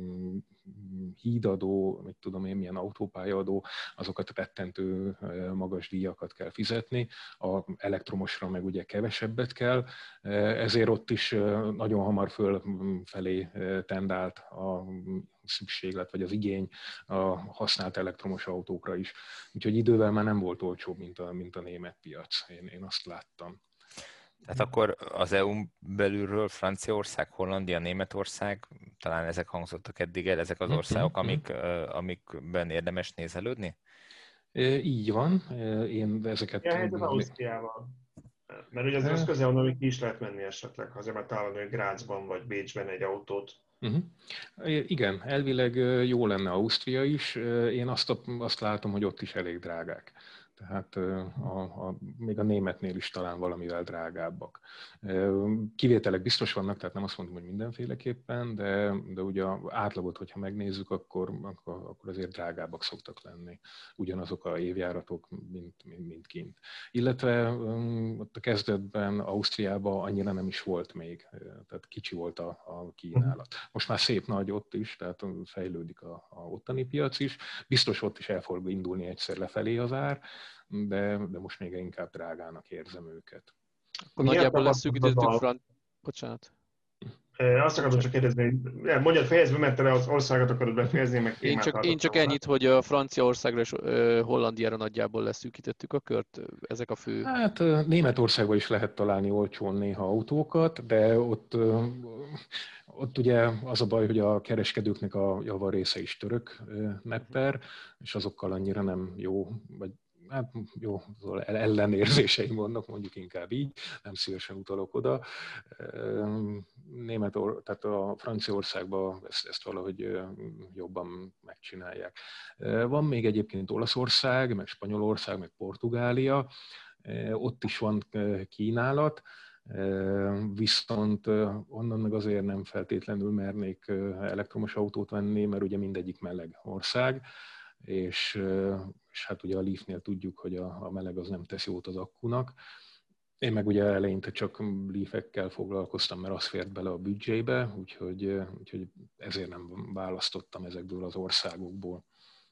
hídadó, mit tudom én, milyen autópályaadó, azokat rettentő magas díjakat kell fizetni, a elektromosra meg ugye kevesebbet kell, ezért ott is nagyon hamar fölfelé tendált a szükséglet, vagy az igény a használt elektromos autókra is. Úgyhogy idővel már nem volt olcsóbb, mint a német piac, én azt láttam. Tehát akkor az EU-n belülről Franciaország, Hollandia, Németország, talán ezek hangzottak eddig el, ezek az országok, amikben érdemes nézelődni? Így van. Én ezeket... Mi a helyzet Ausztriával? Mert ugye az közel van, hogy ki is lehet menni esetleg, ha azért már találni, hogy Grazban vagy Bécsben egy autót. Igen, elvileg jó lenne Ausztria is. Én azt látom, hogy ott is elég drágák. Tehát még a németnél is talán valamivel drágábbak. Kivételek biztos vannak, tehát nem azt mondom, hogy mindenféleképpen, de ugye átlagot, hogyha megnézzük, akkor azért drágábbak szoktak lenni. Ugyanazok a évjáratok, mint kint. Illetve ott a kezdetben Ausztriában annyira nem is volt még, tehát kicsi volt a kínálat. Most már szép nagy ott is, tehát fejlődik a ottani piac is. Biztos ott is el fog indulni egyszer lefelé az ár, de most még inkább drágának érzem őket. Akkor nagyjából leszűkítettük Bocsánat. Azt akartam csak kérdezni, hogy mondjad fejezd be, mert te az országot akarod befejezni, meg én csak ennyit, hogy a Franciaországra és Hollandiára nagyjából leszűkítettük a kört, ezek a fő... Hát Németországban is lehet találni olcsón néha autókat, de ott ugye az a baj, hogy a kereskedőknek a javarésze is török nepper, és azokkal annyira nem jó, vagy hát jó, ellenérzéseim vannak, mondjuk inkább így, nem szívesen utalok oda. Tehát a Franciaországban ezt valahogy jobban megcsinálják. Van még egyébként Olaszország, meg Spanyolország, meg Portugália, ott is van kínálat, Viszont onnan meg azért nem feltétlenül mernék elektromos autót venni, mert ugye mindegyik meleg ország, és hát ugye a Leafnél tudjuk, hogy a meleg az nem tesz jót az akkunak. Én meg ugye eleinte csak Leafekkel foglalkoztam, mert az fért bele a büdzsébe, úgyhogy ezért nem választottam ezekből az országokból.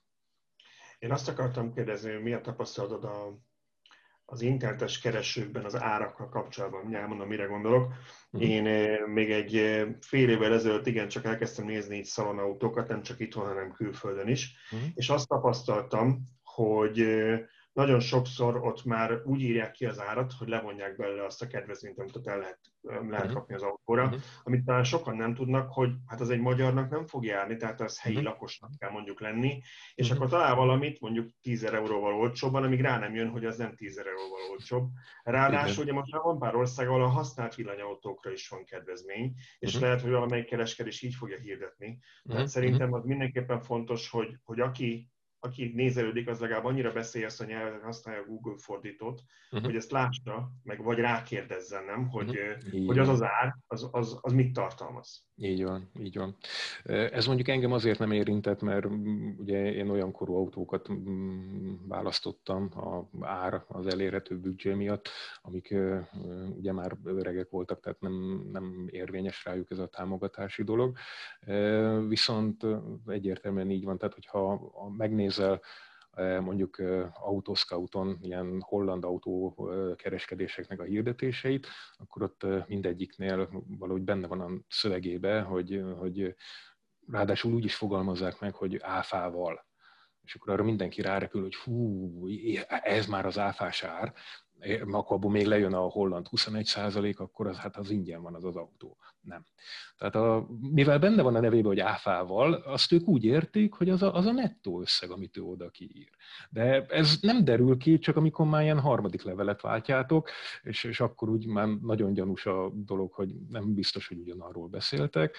Én azt akartam kérdezni, hogy mi a tapasztalatod az internetes keresőkben az árakkal kapcsolatban, mindjárt elmondom, mire gondolok. Én még egy fél évvel ezelőtt igencsak elkezdtem nézni itt szalonautókat, nem csak itthon, hanem külföldön is, és azt tapasztaltam, hogy nagyon sokszor ott már úgy írják ki az árat, hogy levonják belőle azt a kedvezményt, amit ott el lehet kapni az autóra, amit talán sokan nem tudnak, hogy hát az egy magyarnak nem fog járni, tehát az helyi lakosnak kell mondjuk lenni, és akkor talál valamit mondjuk 10 000 euróval olcsóbban, amíg rá nem jön, hogy az nem 10 000 euróval olcsóbb. Ráadásul ugye most már van pár ország, ahol a használt villanyautókra is van kedvezmény, és lehet, hogy valamelyik kereskedés így fogja hirdetni. Tehát szerintem az mindenképpen fontos, hogy aki nézelődik, az legalább annyira beszélje azt a nyelvet, használja a Google fordítót, hogy ezt lássa, meg vagy rákérdezzen, nem? Hogy az ár, az mit tartalmaz. Így van, így van. Ez mondjuk engem azért nem érintett, mert ugye én olyan korú autókat választottam az elérhető büdzsé miatt, amik ugye már öregek voltak, tehát nem érvényes rájuk ez a támogatási dolog. Viszont egyértelműen így van, tehát hogyha megnézel mondjuk Autoscouton ilyen holland autó kereskedéseknek a hirdetéseit, akkor ott mindegyiknél valahogy benne van a szövegébe, hogy ráadásul úgy is fogalmazzák meg, hogy áfával. És akkor arra mindenki rárepül, hogy hú, ez már az áfás ár, akkor abból még lejön a holland 21%, akkor az ingyen van az autó. Nem. Tehát mivel benne van a nevében, hogy áfával, azt ők úgy értik, hogy az a nettó összeg, amit ő oda kiír. De ez nem derül ki, csak amikor már ilyen harmadik levelet váltjátok, és akkor úgy már nagyon gyanús a dolog, hogy nem biztos, hogy ugyanarról beszéltek,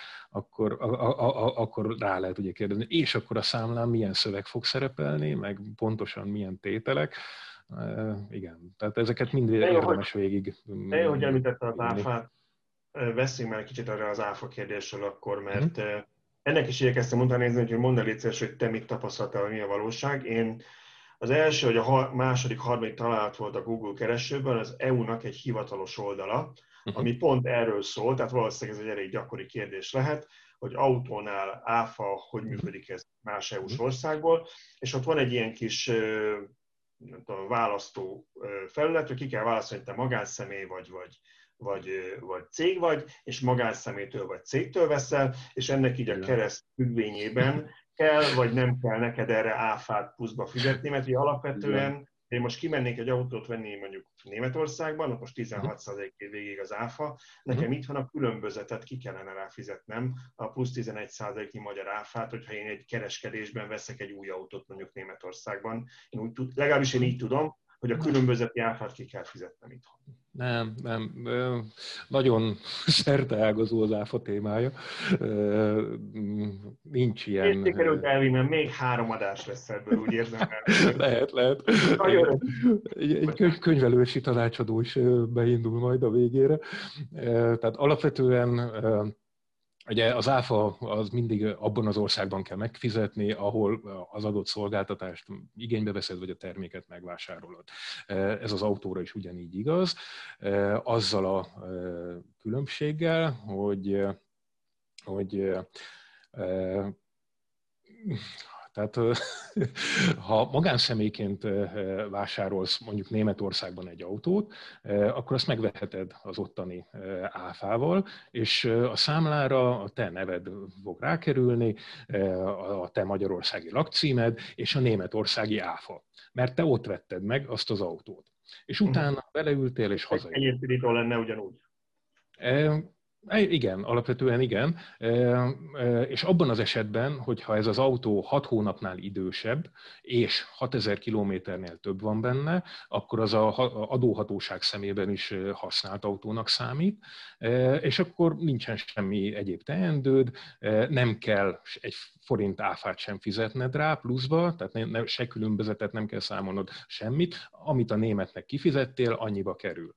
akkor rá lehet ugye kérdezni, és akkor a számlán milyen szöveg fog szerepelni, meg pontosan milyen tételek. Igen, tehát ezeket mind érdemes végig. De jó, hogy említette az áfát. Beszéljünk már egy kicsit arra az áfa kérdésről akkor, mert ennek is igyekeztem utána nézni, hogy mondd el légy szíves, hogy te mit tapasztaltál, mi a valóság. Én az első, hogy a második, harmadik találat volt a Google keresőben, az EU-nak egy hivatalos oldala, ami pont erről szól, tehát valószínűleg ez egy elég gyakori kérdés lehet, hogy autónál áfa, hogy működik ez más EU-s országból, és ott van egy ilyen kis nem tudom, választó felület, hogy ki kell választani, hogy te magánszemély vagy cég vagy, és magánszemélytől vagy cégtől veszel, és ennek így a kereszt függvényében kell, vagy nem kell neked erre áfát pluszba fizetni, mert alapvetően én most kimennék egy autót venni mondjuk Németországban, ott most 16% végig az áfa, nekem itthon a különbözetet ki kellene rá fizetnem, a plusz 11%-nyi magyar áfát, hogyha én egy kereskedésben veszek egy új autót mondjuk Németországban. Legalábbis én így tudom, hogy a különbözeti áfát ki kell fizetnem itthon. Nem. Nagyon szerteágazó az áfa témája. Nincs ilyen... Én sikerült elvinnem, még 3 adás lesz ebből, úgy érzem. Lehet. Egy könyvelősi tanácsadó is beindul majd a végére. Tehát alapvetően ugye az áfa az mindig abban az országban kell megfizetni, ahol az adott szolgáltatást igénybe veszed, vagy a terméket megvásárolod. Ez az autóra is ugyanígy igaz. Azzal a különbséggel, hogy tehát ha magánszemélyként vásárolsz mondjuk Németországban egy autót, akkor azt megveheted az ottani áfával, és a számlára a te neved fog rákerülni, a te magyarországi lakcímed és a németországi áfa, mert te ott vetted meg azt az autót. És utána beleültél és hazajöttél. Egyébként lenne ugyanúgy. Igen, alapvetően igen. És abban az esetben, hogyha ez az autó 6 hónapnál idősebb, és 6000 kilométernél több van benne, akkor az az adóhatóság szemében is használt autónak számít, és akkor nincsen semmi egyéb teendőd, nem kell egy forint áfát sem fizetned rá pluszba, tehát se különbözetet nem kell számolnod semmit, amit a németnek kifizettél, annyiba kerül.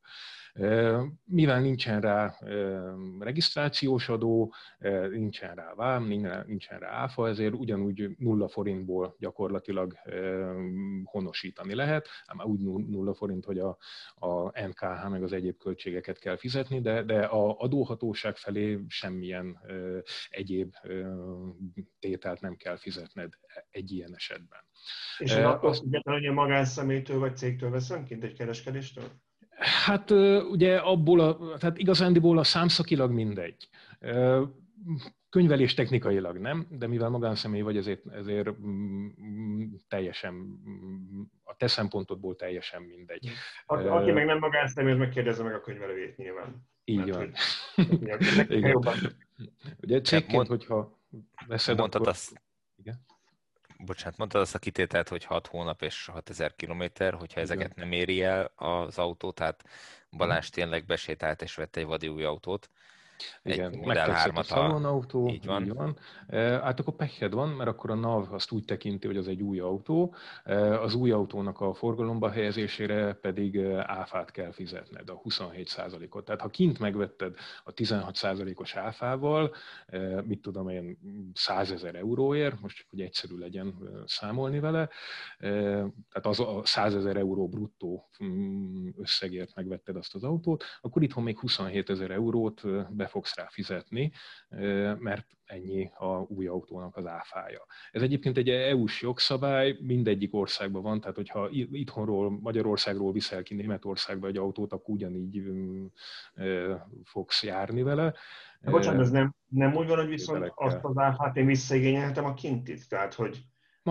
Mivel nincsen rá regisztrációs adó, nincsen rá vám, nincsen rá áfa, ezért ugyanúgy 0 forintból gyakorlatilag honosítani lehet. Már úgy 0 forint, hogy a NKH meg az egyéb költségeket kell fizetni, de a adóhatóság felé semmilyen egyéb tételt nem kell fizetned egy ilyen esetben. És attól függetlenül, hogy a magánszemélytől vagy cégtől veszem kint egy kereskedéstől? Hát ugye tehát igazándiból a számszakilag mindegy. Könyvelés technikailag nem, de mivel magánszemély vagy, ezért teljesen, a te szempontodból teljesen mindegy. Aki meg nem magánszemély, megkérdezze meg a könyvelőjét nyilván. Így van. Igen. Ugye cégként, hogyha veszed, mondtad akkor... Azt, igen? Bocsánat, mondtad azt a kitételt, hogy 6 hónap és 6000 kilométer, hogyha ezeket nem éri el az autó, tehát Balázs tényleg besétált és vett egy vadi új autót. Igen, megtetszett a szalonautó, így van. Hát akkor pekhed van, mert akkor a NAV azt úgy tekinti, hogy az egy új autó, az új autónak a forgalomba helyezésére pedig áfát kell fizetned, a 27%-ot. Tehát ha kint megvetted a 16%-os áfával, mit tudom én, 100 000 euróért, most csak hogy egyszerű legyen számolni vele, tehát az a 100 000 euró bruttó összegért megvetted azt az autót, akkor itthon még 27 000 eurót fogsz rá fizetni, mert ennyi a új autónak az áfája. Ez egyébként egy EU-s jogszabály, mindegyik országban van, tehát hogyha itthonról, Magyarországról viszel ki Németországba egy autót, akkor ugyanígy fogsz járni vele. Bocsánat, ez nem úgy van, hogy viszont azt az áfát én visszaigényelhetem a kintit, tehát hogy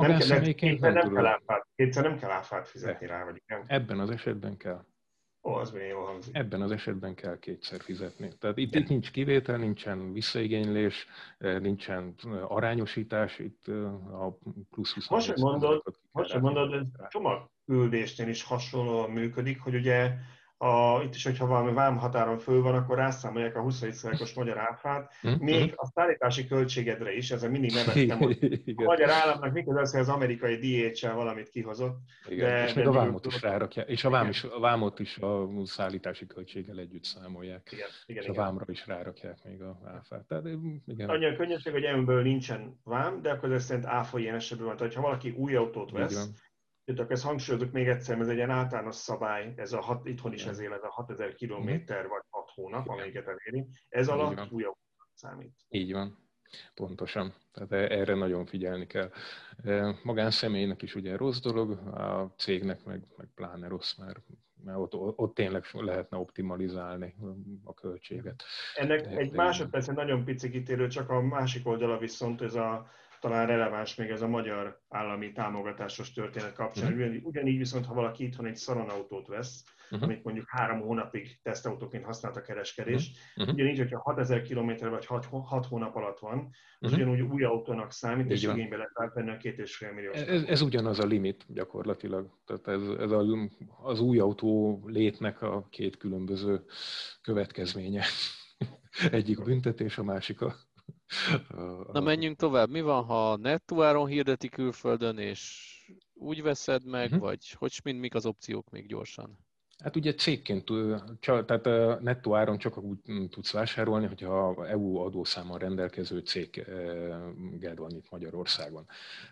kétszer nem kell áfát fizetni rá, vagy igen? Ebben az esetben kell. Az milyen jól hangzik. Ebben az esetben kell kétszer fizetni. Tehát itt nincs kivétel, nincsen visszaigénylés, nincsen arányosítás, itt a plusz 27%-ot. Most mondod, ez csomagküldésnél is hasonlóan működik, hogy ugye itt is, hogyha valami vámhatáron föl van, akkor rászámolják a 27%-os magyar áfát, még a szállítási költségedre is, ezen mindig nevettem, hogy a magyar államnak mikor az, hogy az amerikai DHL valamit kihozott. És még a vámot is rárakják, és a vámot is a szállítási költséggel együtt számolják, és a vámra is rárakják még a áfát. Tehát, igen. Annyi a könnyedség, hogy EU-ből nincsen vám, de akkor ez szerint áfa ilyen esetben van. Tehát ha valaki új autót vesz, akkor ezt hangsúlyozok még egyszer, mert ez egy ilyen általános szabály, itthon is ez él, ez a 6000 kilométer vagy 6 hónap, amelyiket eléri. Ez alatt új autónak számít. Így van. Pontosan. Tehát erre nagyon figyelni kell. Magánszemélynek is ugye rossz dolog, a cégnek meg pláne rossz, mert ott tényleg lehetne optimalizálni a költséget. Ennek egy másodpercen nagyon pici kitérő, csak a másik oldala viszont ez talán releváns még ez a magyar állami támogatásos történet kapcsán. Ugyanígy viszont, ha valaki itthon egy szalonautót vesz, amit mondjuk 3 hónapig tesztautóként használt a kereskedés, ugyanígy, hogyha 6000 km vagy 6 hónap alatt van, az ugyanúgy új autónak számít, és igénybe lehet átvenni a 2,5 millió. Ez ugyanaz a limit gyakorlatilag. Tehát ez az új autó létnek a két különböző következménye. Egyik a büntetés, a másik a... Na menjünk tovább. Mi van, ha nettó áron hirdeti külföldön, és úgy veszed meg, vagy mik az opciók még gyorsan? Hát ugye cégként, tehát nettó áron csak úgy tudsz vásárolni, hogyha EU adószámmal rendelkező céged van itt Magyarországon.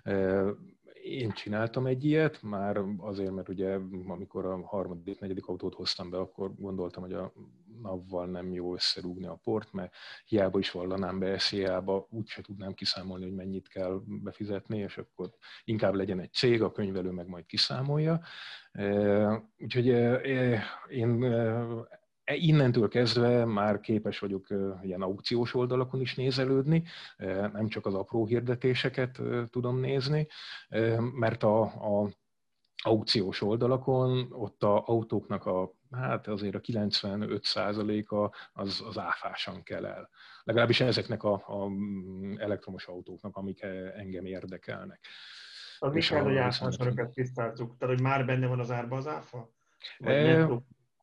Én csináltam egy ilyet, már azért, mert ugye amikor a harmadik, negyedik autót hoztam be, akkor gondoltam, hogy a NAV-val nem jó összerúgni a port, mert hiába is vallanám be SZIA-ba, úgyse tudnám kiszámolni, hogy mennyit kell befizetni, és akkor inkább legyen egy cég, a könyvelő meg majd kiszámolja. Úgyhogy én innentől kezdve már képes vagyok ilyen aukciós oldalakon is nézelődni, nem csak az apró hirdetéseket tudom nézni, mert a aukciós oldalakon ott az autóknak hát azért a 95%-a az áfásan kell el. Legalábbis ezeknek a elektromos autóknak, amik engem érdekelnek. Az mit kell, hogy áfásan tisztáztuk? Tehát, hogy már benne van az árba az áfa?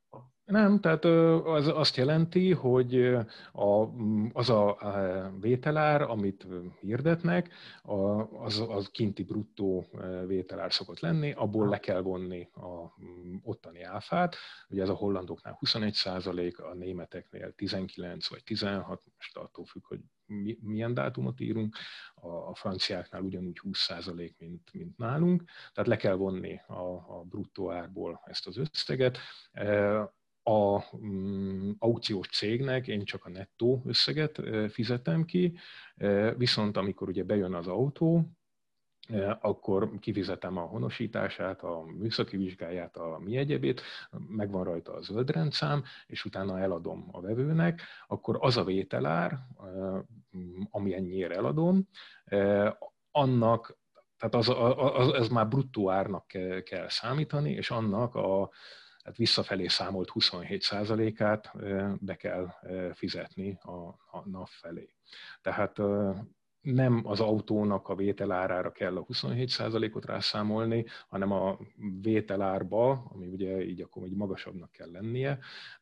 Nem, tehát az azt jelenti, hogy az a vételár, amit hirdetnek, az kinti bruttó vételár szokott lenni, abból le kell vonni a ottani áfát. Ugye ez a hollandoknál 21%, a németeknél 19 vagy 16, most attól függ, hogy milyen dátumot írunk, a franciáknál ugyanúgy 20%, mint nálunk, tehát le kell vonni a bruttó árból ezt az összeget. A aukciós cégnek én csak a nettó összeget fizetem ki, viszont amikor ugye bejön az autó, akkor kifizetem a honosítását, a műszaki vizsgáját, a mi egyebét, megvan rajta a zöld rendszám, és utána eladom a vevőnek, akkor az a vételár, ami ennyire eladom, annak, tehát ez már bruttó árnak kell számítani, és annak tehát visszafelé számolt 27%-át be kell fizetni a NAV felé. Tehát nem az autónak a vételárára kell a 27%-ot rászámolni, hanem a vételárba, ami ugye így akkor így magasabbnak kell lennie,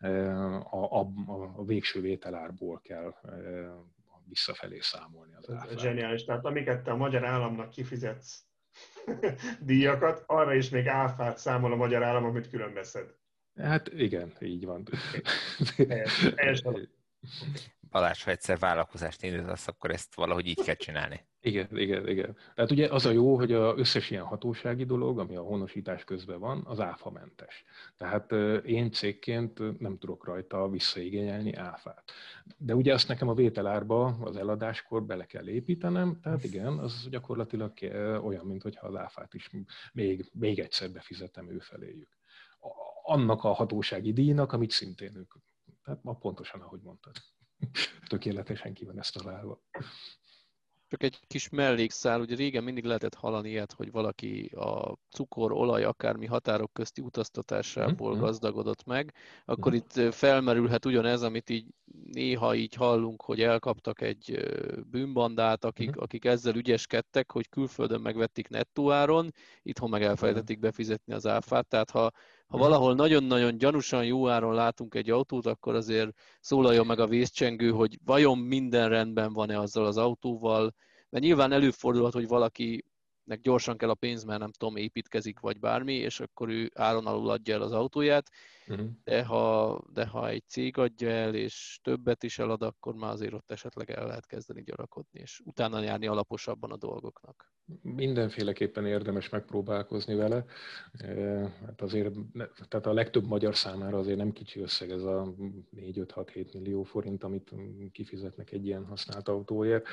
a végső vételárból kell visszafelé számolni az áfát. Zseniális. Tehát amiket te a magyar államnak kifizetsz díjakat, arra is még áfát számol a magyar állam, amit különbeszed. Hát igen, így van. Helyes. Balázs, ha egyszer vállalkozást indítasz, akkor ezt valahogy így kell csinálni. Igen. Tehát ugye az a jó, hogy az összes ilyen hatósági dolog, ami a honosítás közben van, az áfamentes. Tehát én cégként nem tudok rajta visszaigényelni áfát. De ugye azt nekem a vételárba, az eladáskor bele kell építenem, tehát igen, az gyakorlatilag olyan, mintha az áfát is még egyszer befizetem ő feléjük. Annak a hatósági díjnak, amit szintén ők. Tehát pontosan, ahogy mondtad. Tökéletesen ki van ezt találva. Csak egy kis mellékszál, ugye régen mindig lehetett hallani ilyet, hogy valaki a cukor, olaj, akármi határok közti utaztatásából gazdagodott meg, akkor itt felmerülhet ugyanez, amit így néha így hallunk, hogy elkaptak egy bűnbandát, akik ezzel ügyeskedtek, hogy külföldön megvették nettó áron, itthon meg elfelejtették befizetni az áfát, tehát ha valahol nagyon-nagyon gyanúsan jó áron látunk egy autót, akkor azért szólaljon meg a vészcsengő, hogy vajon minden rendben van-e azzal az autóval, mert nyilván előfordulhat, hogy valakinek gyorsan kell a pénz, mert nem tudom, építkezik vagy bármi, és akkor ő áron alul adja el az autóját, de ha egy cég adja el, és többet is elad, akkor már azért ott esetleg el lehet kezdeni gyarakodni, és utána járni alaposabban a dolgoknak. Mindenféleképpen érdemes megpróbálkozni vele. Hát azért, tehát a legtöbb magyar számára azért nem kicsi összeg ez a 4-5-6-7 millió forint, amit kifizetnek egy ilyen használt autóért.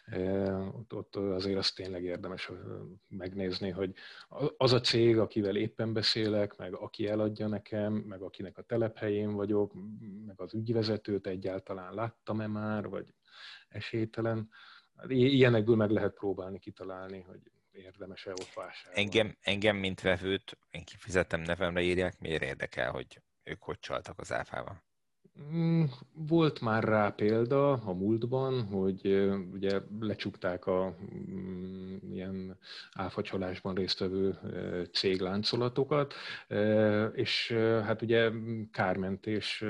Ott azért azt tényleg érdemes megnézni, hogy az a cég, akivel éppen beszélek, meg aki eladja nekem, meg akinek a telephelyén vagyok, meg az ügyvezetőt egyáltalán láttam-e már, vagy esélytelen. Ilyenekből meg lehet próbálni kitalálni, hogy érdemes-e ott vásárolni. Engem, mint vevőt, én kifizettem, nevemre írják, miért érdekel, hogy ők hogy csaltak az áfával? Volt már rá példa a múltban, hogy ugye lecsukták a ilyen áfacsalásban résztvevő cégláncolatokat, és hát ugye kármentés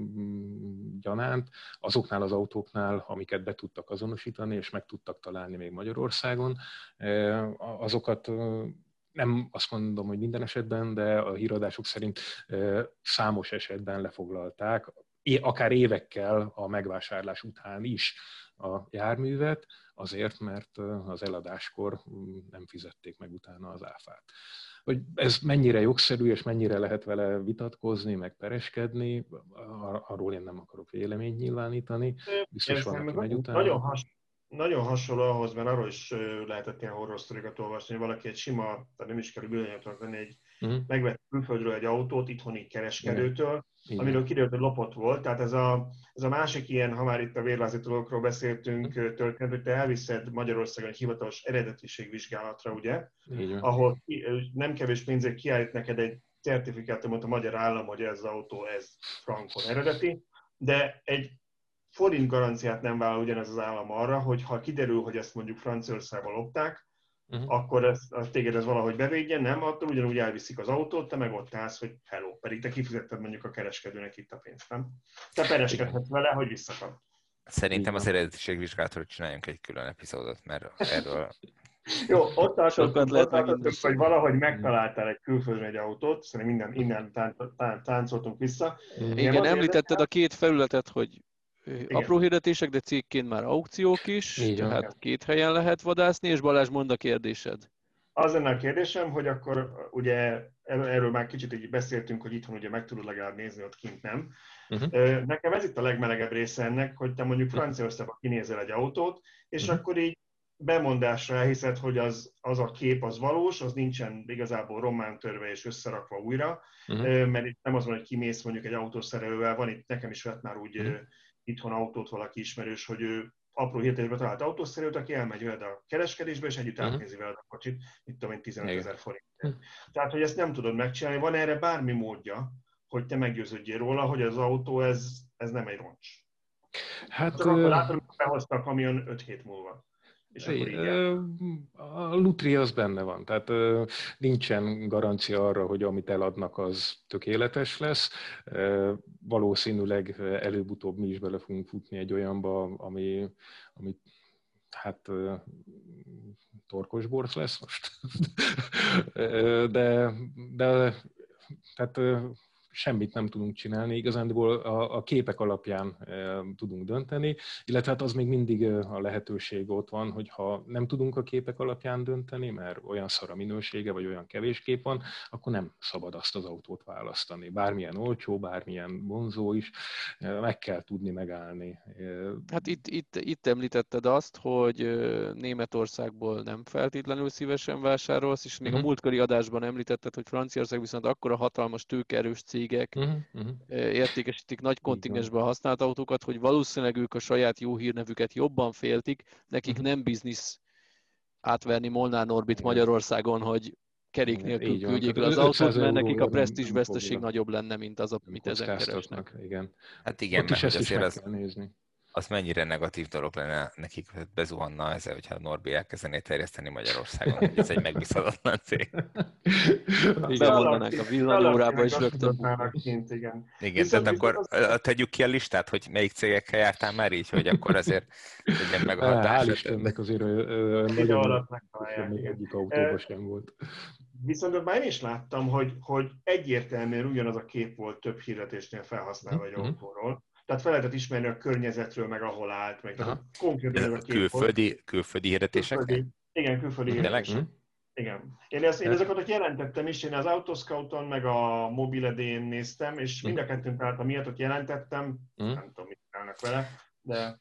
gyanánt azoknál az autóknál, amiket be tudtak azonosítani, és meg tudtak találni még Magyarországon, azokat nem azt mondom, hogy minden esetben, de a híradások szerint számos esetben lefoglalták, akár évekkel a megvásárlás után is a járművet, azért, mert az eladáskor nem fizették meg utána az áfát. Hogy ez mennyire jogszerű, és mennyire lehet vele vitatkozni, meg pereskedni, arról én nem akarok véleményt nyilvánítani. Biztos van, aki megy utána. Nagyon hasonló ahhoz, mert arról is lehetett ilyen horror sztorikat olvasni, hogy valaki egy sima, tehát nem is kell bűnönyötnek venni, megvett külföldről egy autót itthoni kereskedőtől, amiről kiderült, hogy lopott volt. Tehát ez a másik ilyen, ha már itt a vérlázítólókról beszéltünk, történet, hogy te elviszed Magyarországon egy hivatalos eredetiségvizsgálatra, ugye, ahol nem kevés pénzért kiállít neked egy certifikátumot a magyar állam, hogy ez az autó, ez frankon eredeti, de egy forint garanciát nem vállal ugyanez az állam arra, hogy ha kiderül, hogy ezt mondjuk Franciaországban lopták, akkor az téged ez valahogy bevédjen, nem? Attól ugyanúgy elviszik az autót, te meg ott állsz, hogy hello, pedig te kifizetted mondjuk a kereskedőnek itt a pénzt, nem? Te pereskedhetsz vele, hogy visszakap. Szerintem az eredetiségvizsgálatról csináljunk egy külön epizódot, mert erről... Jó, ott tartottunk, hogy valahogy Mhm. megtaláltál egy külföldön egy autót, szerintem innen táncoltunk vissza. Igen, említetted a két felületet, hogy Igen. apró hirdetések, de cégként már aukciók is, Igen. tehát két helyen lehet vadászni, és Balázs, mondd a kérdésed. Az lenne a kérdésem, hogy akkor ugye erről már kicsit így beszéltünk, hogy itthon ugye meg tudod legalább nézni, ott kint nem. Nekem ez itt a legmelegebb része ennek, hogy te mondjuk Franciaországban kinézel egy autót, és akkor így bemondásra elhiszed, hogy az a kép az valós, az nincsen igazából román törve és összerakva újra, mert itt nem az van, hogy kimész mondjuk egy autószerelővel, van itt, nekem is vett már úgy itthon autót valaki ismerős, hogy ő apró hirdetésbe talált autószerelőt, aki elmegy veled a kereskedésbe, és együtt átnézi veled a kocsit, itt tudom én 15 000 forint. Tehát, hogy ezt nem tudod megcsinálni, van erre bármi módja, hogy te meggyőződjél róla, hogy az autó ez nem egy roncs. Hát csak akkor látod, hogy behozta a kamion 5 hét múlva. És a lutri az benne van, tehát nincsen garancia arra, hogy amit eladnak, az tökéletes lesz. Valószínűleg előbb-utóbb mi is bele fogunk futni egy olyanba, ami hát torkosborz lesz most. de tehát semmit nem tudunk csinálni, igazándiból a képek alapján tudunk dönteni, illetve hát az még mindig a lehetőség ott van, hogy ha nem tudunk a képek alapján dönteni, mert olyan szar a minősége, vagy olyan kevés kép van, akkor nem szabad azt az autót választani. Bármilyen olcsó, bármilyen vonzó is, meg kell tudni megállni. Hát itt említetted azt, hogy Németországból nem feltétlenül szívesen vásárolsz, és még a múltkori adásban említetted, hogy Franciaország viszont akkora hatalmas tőkeerős cégek értékesítik nagy kontingensben használt autókat, hogy valószínűleg ők a saját jó hírnevüket jobban féltik, nekik nem biznisz átverni Molnár Norbit Magyarországon, hogy kerék nélkül küldjék le az autót, mert nekik a presztízs veszteség nagyobb lenne, mint az, amit ezen keresnek. Igen. Hát igen, mert mert ezt is meg azért kell nézni. az mennyire negatív dolog lenne nekik, hogy bezuhanna ezzel, hogyha a Norbi elkezdené terjeszteni Magyarországon, hogy ez egy megbízhatatlan cég. Bevonanák a villanyórába is rögtön. Igen, tehát akkor tegyük ki a listát, hogy melyik cégekkel jártál már így, hogy akkor azért legyen meg a hatás. Hál' Istennek azért nagyon még egyik autóban sem volt. Viszont már én is láttam, hogy egyértelműen ugyanaz a kép volt több hirdetésnél felhasználva egy autóról. Tehát fel lehetett ismerni a környezetről, meg ahol állt, meg konkrétan a kép külföldi hirdetéseknél? Igen, külföldi hirdetések. Igen. Én ezeket jelentettem is, én az Autoscouton, meg a Mobiledén néztem, és mind a kettőn találtam miatt, hogy jelentettem, nem tudom, mit csinálnak vele, de...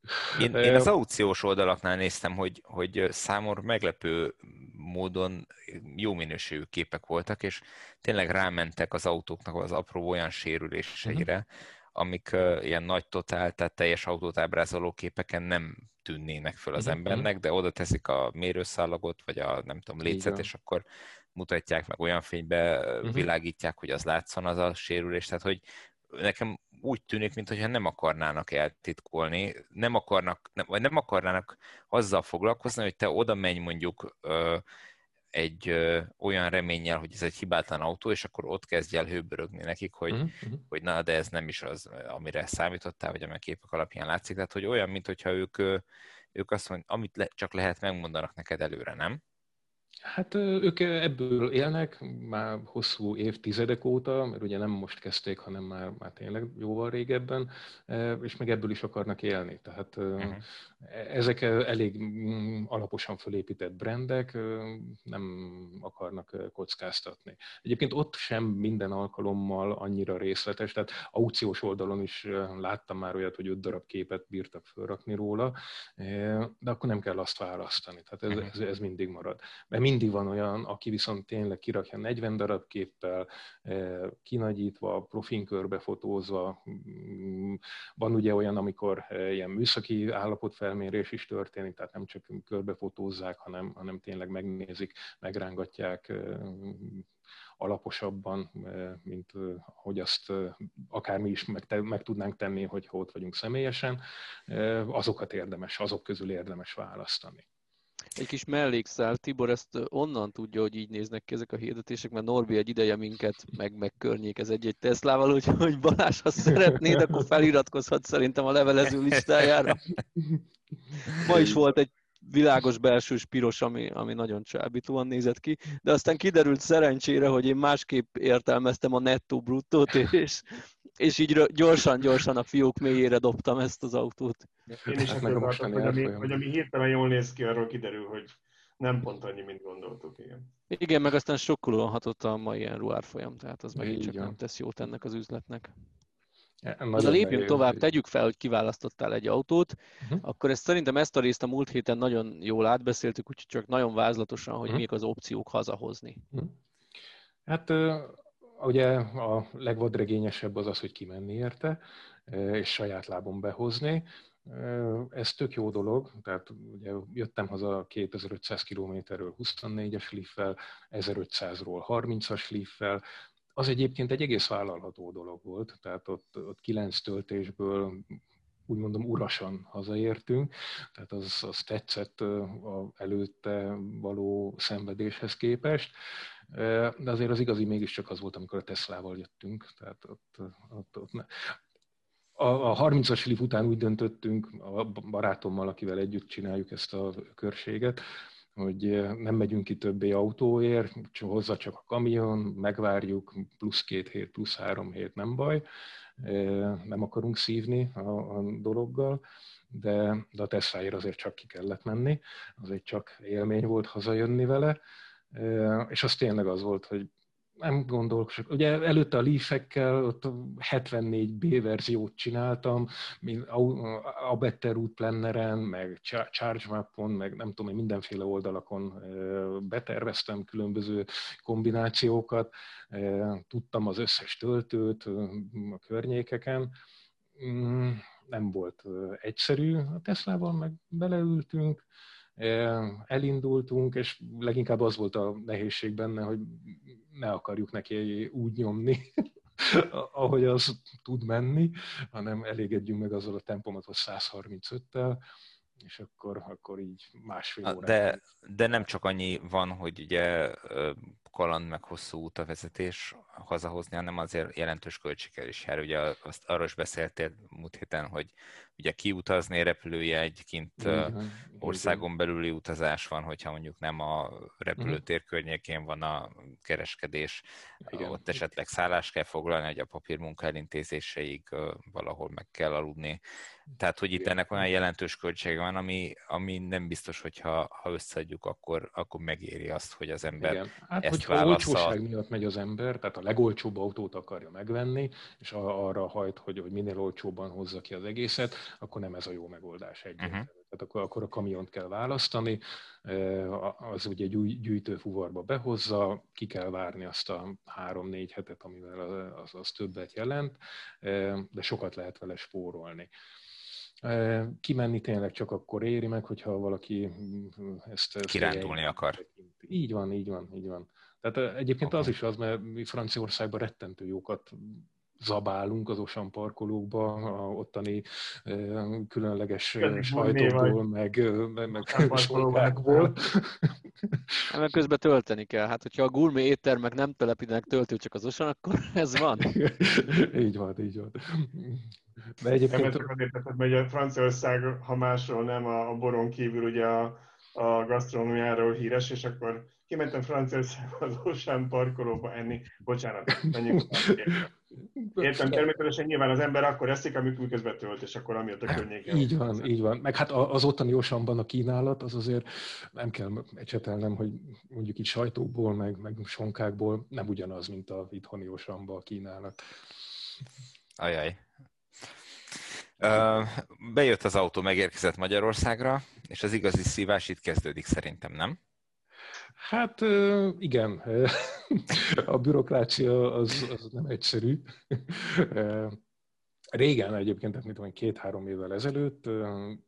Én az aukciós oldalaknál néztem, hogy számomra meglepő módon jó minőségű képek voltak, és tényleg rámentek az autóknak az apró olyan sérüléseire, amik ilyen nagy totál, tehát teljes autót ábrázoló képeken nem tűnnének föl az embernek, de oda teszik a mérőszálagot, vagy a nem tudom, lécet, és akkor mutatják meg olyan fénybe, világítják, hogy az látszon az a sérülés. Tehát, hogy nekem úgy tűnik, mintha nem akarnának eltitkolni, nem akarnának azzal foglalkozni, hogy te oda menj mondjuk egy olyan reménnyel, hogy ez egy hibátlan autó, és akkor ott kezdj el hőbörögni nekik, hogy na, de ez nem is az, amire számítottál, vagy amely képek alapján látszik. Tehát, hogy olyan, mintha ők azt mondják, amit csak lehet, megmondanak neked előre, nem? Hát ők ebből élnek már hosszú évtizedek óta, mert ugye nem most kezdték, hanem már tényleg jóval régebben, és meg ebből is akarnak élni. Tehát ezek elég alaposan fölépített brandek, nem akarnak kockáztatni. Egyébként ott sem minden alkalommal annyira részletes, tehát aukciós oldalon is láttam már olyat, hogy 5 darab képet bírtak fölrakni róla, de akkor nem kell azt választani. Tehát ez mindig marad. Mert mindig van olyan, aki viszont tényleg kirakja 40 darab képpel, kinagyítva, profin körbe fotózva. Van ugye olyan, amikor ilyen műszaki állapotfelmérés is történik, tehát nem csak körbefotózzák, hanem tényleg megnézik, megrángatják alaposabban, mint hogy azt akár mi is meg tudnánk tenni, hogyha ott vagyunk személyesen. Azok közül érdemes választani. Egy kis mellékszál, Tibor ezt onnan tudja, hogy így néznek ki ezek a hirdetések, mert Norbi egy ideje minket megkörnyékez egy Teslával, úgyhogy Balázs, ha szeretnéd, akkor feliratkozhat szerintem a levelező listájára. Ma is volt egy világos belsős piros, ami nagyon csábítóan nézett ki, de aztán kiderült szerencsére, hogy én másképp értelmeztem a nettó-bruttót, és így gyorsan a fiók mélyére dobtam ezt az autót. Én is ezt gondoltam, hogy ami hirtelen jól néz ki, arról kiderül, hogy nem pont annyi, mint gondoltuk. Igen, meg aztán sokkolóan hatott a mai ilyen ruárfolyam, tehát az megint csak nem tesz jót ennek az üzletnek. Az a lépjünk tovább, tegyük fel, hogy kiválasztottál egy autót, akkor szerintem ezt a részt a múlt héten nagyon jól átbeszéltük, úgyhogy csak nagyon vázlatosan, hogy mik az opciók hazahozni. Hát ugye a legvadregényesebb az, hogy kimenni érte, és saját lábon behozni. Ez tök jó dolog, tehát ugye jöttem haza 2500 kilométerről 24-es Leaf-fel, 1500-ról 30-as Leaf-fel. Az egyébként egy egész vállalható dolog volt, tehát ott 9 töltésből úgy mondom urasan hazaértünk, tehát az tetszett az előtte való szenvedéshez képest, de azért az igazi mégiscsak az volt, amikor a Teslával jöttünk, tehát ott a 30-as Leaf után úgy döntöttünk a barátommal, akivel együtt csináljuk ezt a körséget, hogy nem megyünk ki többé autóért, hozza csak a kamion, megvárjuk, plusz 2 hét, plusz 3 hét, nem baj, nem akarunk szívni a dologgal, de a Tesláért azért csak ki kellett menni, azért csak élmény volt hazajönni vele, és az tényleg az volt, hogy nem gondolok, ugye előtte a Leaf-ekkel ott 74B verziót csináltam, a Better Route Planneren, meg ChargeMapon, meg nem tudom, mindenféle oldalakon beterveztem különböző kombinációkat, tudtam az összes töltőt a környékeken. Nem volt egyszerű, a Teslával meg beleültünk, elindultunk, és leginkább az volt a nehézség benne, hogy ne akarjuk neki úgy nyomni, ahogy az tud menni, hanem elégedjünk meg azzal a tempomatot 135-tel, és akkor így másfél órában. De nem csak annyi van, hogy ugye kaland meg hosszú út a vezetés hazahozni, hanem azért jelentős költséggel is jár. Ugye arról is beszéltél múlt héten, hogy ugye kiutazni repülőjegy, kint országon belüli utazás van, hogyha mondjuk nem a repülőtér környékén van a kereskedés, ott esetleg szállást kell foglalni, hogy a papírmunka elintézéseig valahol meg kell aludni. Tehát, hogy itt ennek olyan jelentős költsége van, ami nem biztos, hogyha összeadjuk, akkor megéri azt, hogy az ember hát, ezt hogyha olcsóság miatt megy az ember, tehát a legolcsóbb autót akarja megvenni, és arra hajt, hogy minél olcsóbban hozza ki az egészet, akkor nem ez a jó megoldás egyébként. Tehát akkor a kamiont kell választani, az ugye gyűjtőfuvarba behozza, ki kell várni azt a 3-4 hetet, amivel az többet jelent, de sokat lehet vele spórolni. Kimenni tényleg csak akkor éri meg, hogyha valaki ezt kirándulni akar. Így van. Tehát egyébként az is az, mert mi Franciaországban rettentő jókat zabálunk az Auchan parkolókba, a ottani különleges sajtokból, meg sonkákból. Mert közben tölteni kell. Hát, hogyha a gourmet éttermek nem telepítenek töltőt csak az Auchan, akkor ez van. Így van. De egyébként... Mert a Franciaország, ha másról nem, a boron kívül ugye a gasztronómiáról híres, és akkor kimentem Franciaországba az Auchan parkolóba enni. Bocsánat, menjünk. Értem, természetesen nyilván az ember akkor eszik, amikor közben tölt, és akkor amiatt a környéken. Így van. Meg hát az ottani Auchanban a kínálat, az azért nem kell ecsetelnem, hogy mondjuk itt sajtókból, meg sonkákból nem ugyanaz, mint a itthoni Auchanban a kínálat. Ajaj. Bejött az autó, megérkezett Magyarországra, és az igazi szívás itt kezdődik szerintem, nem? Hát igen, a bürokrácia az nem egyszerű. Régen egyébként, tehát 2-3 évvel ezelőtt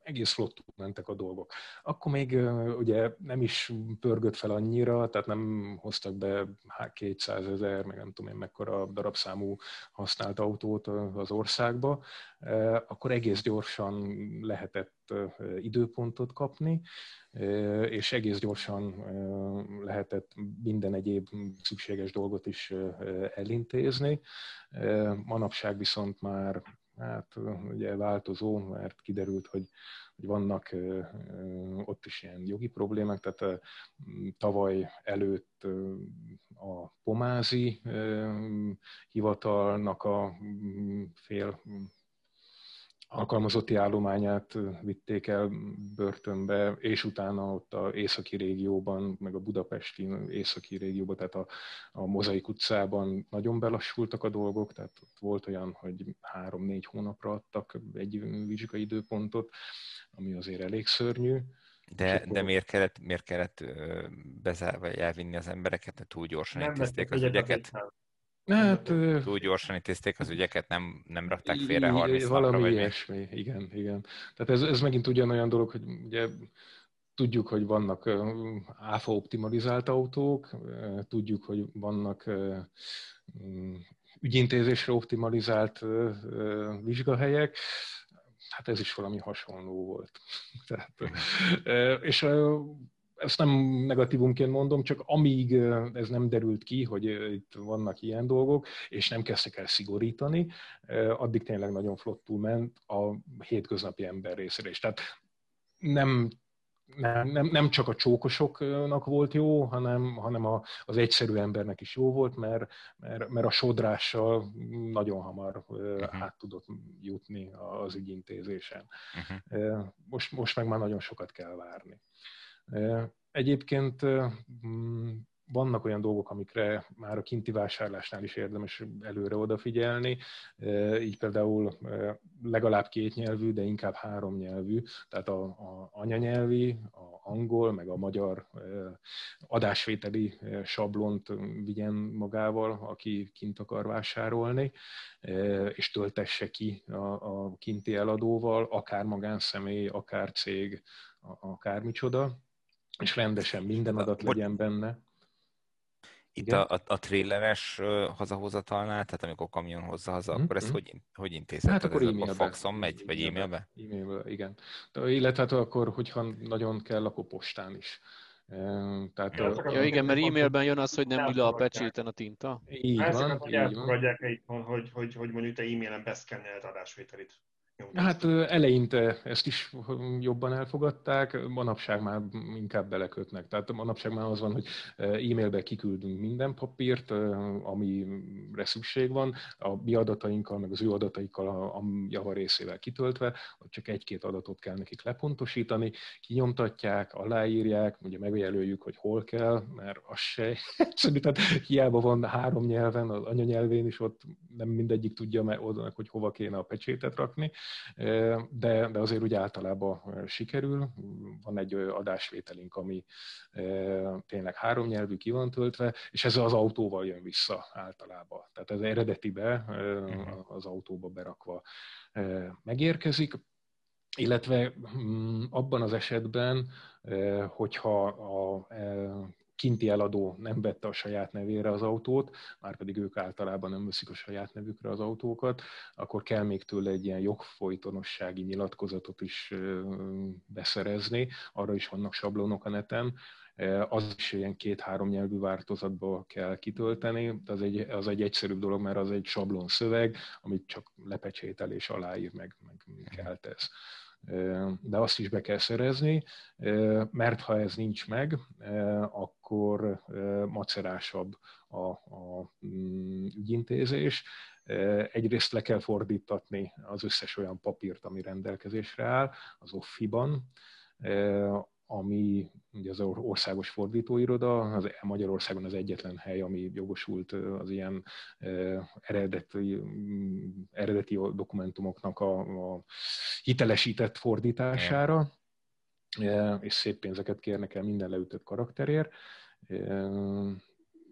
egész flottul mentek a dolgok. Akkor még ugye nem is pörgött fel annyira, tehát nem hoztak be 200 000, meg nem tudom én mekkora darabszámú használt autót az országba, akkor egész gyorsan lehetett időpontot kapni, és egész gyorsan lehetett minden egyéb szükséges dolgot is elintézni. Manapság viszont már hát ugye változó, mert kiderült, hogy vannak ott is ilyen jogi problémák, tehát tavaly előtt a pomázi hivatalnak a fél alkalmazotti állományát vitték el börtönbe, és utána ott az északi régióban, meg a budapesti északi régióban, tehát a Mozaik utcában nagyon belassultak a dolgok, tehát ott volt olyan, hogy 3-4 hónapra adtak egy vizsgai időpontot, ami azért elég szörnyű. De miért kellett bezárva elvinni az embereket, túl gyorsan intézték az ügyeket? Hát, túl gyorsan intézték az ügyeket, nem rakták félre 30 napra, valami ilyesmi, igen. Tehát ez megint ugyanolyan dolog, hogy ugye tudjuk, hogy vannak áfa optimalizált autók, tudjuk, hogy vannak ügyintézésre optimalizált vizsgahelyek, hát ez is valami hasonló volt. Tehát, és ezt nem negatívumként mondom, csak amíg ez nem derült ki, hogy itt vannak ilyen dolgok, és nem kezdtek el szigorítani, addig tényleg nagyon flottul ment a hétköznapi ember részére is. Tehát nem csak a csókosoknak volt jó, hanem az egyszerű embernek is jó volt, mert a sodrással nagyon hamar át tudott jutni az ügyintézésen. Most meg már nagyon sokat kell várni. Egyébként vannak olyan dolgok, amikre már a kinti vásárlásnál is érdemes előre odafigyelni, így például legalább 2 nyelvű, de inkább 3 nyelvű, tehát a anyanyelvi, a angol, meg a magyar adásvételi sablont vigyen magával, aki kint akar vásárolni, és töltesse ki a kinti eladóval, akár magánszemély, akár cég, akármicsoda, és rendesen minden adat legyen benne. Itt a tréleres hazahozatalnál, tehát amikor kamion hozza haza, akkor ezt hogy intézed? Hát akkor e-mailbe. A faxon megy, vagy e-mailbe? E-mailbe, igen. Illetve hát akkor, hogyha nagyon kell, akkor postán is. Tehát, igen, mert e-mailben jön az, hogy nem ül a pecséten a tinta. Így van. Hogy elfogadják itthon, hogy mondjuk te e-mailen beszkennelt adásvételit. Hát eleinte ezt is jobban elfogadták, manapság már inkább belekötnek. Tehát manapság már az van, hogy e-mailbe kiküldünk minden papírt, amire szükség van, a mi adatainkkal, meg az ő adataikkal a java részével kitöltve, hogy csak 1-2 adatot kell nekik lepontosítani, kinyomtatják, aláírják, ugye megjelöljük, hogy hol kell, mert az se egyszerű, tehát hiába van 3 nyelven, az anyanyelvén is ott nem mindegyik tudja meg odanak, hogy hova kéne a pecsétet rakni, de azért úgy általában sikerül. Van egy adásvételünk, ami tényleg 3 nyelvű, ki van töltve, és ez az autóval jön vissza általában. Tehát ez eredetibe az autóba berakva megérkezik, illetve abban az esetben, hogyha a kinti eladó nem vette a saját nevére az autót, már pedig ők általában nem veszik a saját nevükre az autókat, akkor kell még tőle egy ilyen jogfolytonossági nyilatkozatot is beszerezni, arra is vannak sablonok a neten, az is ilyen 2-3 nyelvű változatba kell kitölteni, de az egy egyszerűbb dolog, mert az egy sablon szöveg, amit csak lepecsétel és aláír, meg kell tesz. De azt is be kell szerezni, mert ha ez nincs meg, akkor macerásabb a ügyintézés. Egyrészt le kell fordítatni az összes olyan papírt, ami rendelkezésre áll az OFFI-ban, ami ugye az országos fordítóiroda, Magyarországon az egyetlen hely, ami jogosult az ilyen eredeti dokumentumoknak a hitelesített fordítására, és szép pénzeket kérnek el minden leütött karakterért.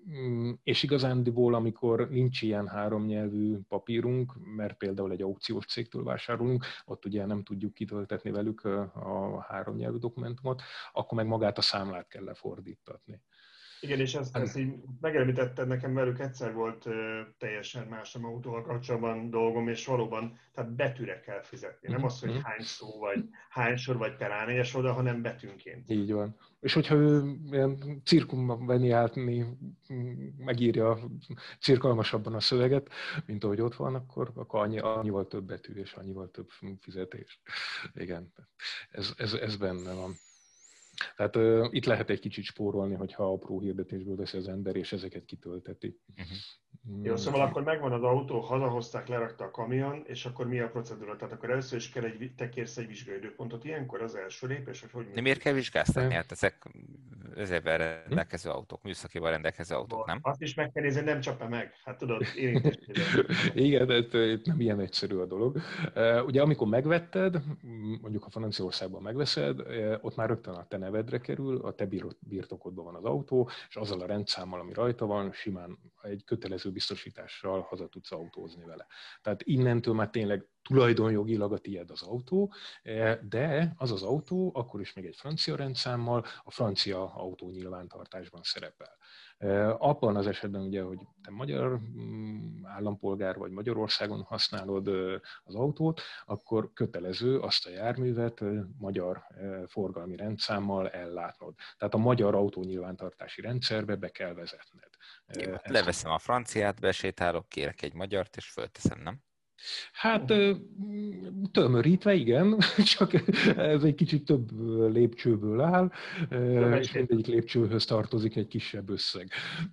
És igazándiból, amikor nincs ilyen háromnyelvű papírunk, mert például egy aukciós cégtől vásárolunk, ott ugye nem tudjuk kitöltetni velük a háromnyelvű dokumentumot, akkor meg magát a számlát kell lefordítatni. Igen, és ezt így megemlítetted, nekem velük egyszer volt teljesen más autóval kapcsolatban dolgom, és valóban tehát betűre kell fizetni. Nem az, hogy hány szó, vagy hány sor, vagy per A4-es oldal, hanem betűnként. Így van. És hogyha ő ilyen cirkumveniálni megírja cirkalmasabban a szöveget, mint ahogy ott van, akkor annyival több betű és annyival több fizetés. Igen, ez benne van. Tehát itt lehet egy kicsit spórolni, hogyha apró hirdetésből veszi az ember, és ezeket kitölteti. Jó, szóval akkor megvan az autó, hazahozták, lerakta a kamion, és akkor mi a procedúra? Tehát akkor először is kell te kérsz egy vizsgaidőpontot ilyenkor, az első lépés, hogy de miért kell vizsgáztatni? Hát ezek ezzel rendelkező autók, műszakival rendelkező autók, nem? Azt is meg kell nézni, nem csapja meg. Hát tudod, érintésében. Igen, itt nem ilyen egyszerű a dolog. Ugye amikor megvetted, mondjuk ha Franciaországban megveszed, ott már rögtön a te nevedre kerül, a te birtokodban van az autó, és azzal a rendszámmal, ami rajta van, simán egy kötelező biztosítással haza tudsz autózni vele. Tehát innentől már tényleg tulajdonjogilag a tiéd az autó, de az az autó akkor is még egy francia rendszámmal a francia autó nyilvántartásban szerepel. Abban az esetben ugye, hogy te magyar állampolgár vagy Magyarországon használod az autót, akkor kötelező azt a járművet magyar forgalmi rendszámmal ellátnod. Tehát a magyar autónyilvántartási rendszerbe be kell vezetned. Jó, leveszem a franciát, besétálok, kérek egy magyart, és fölteszem, nem? Hát tömörítve, igen, csak ez egy kicsit több lépcsőből áll, és mindegyik lépcsőhöz tartozik egy kisebb összeg.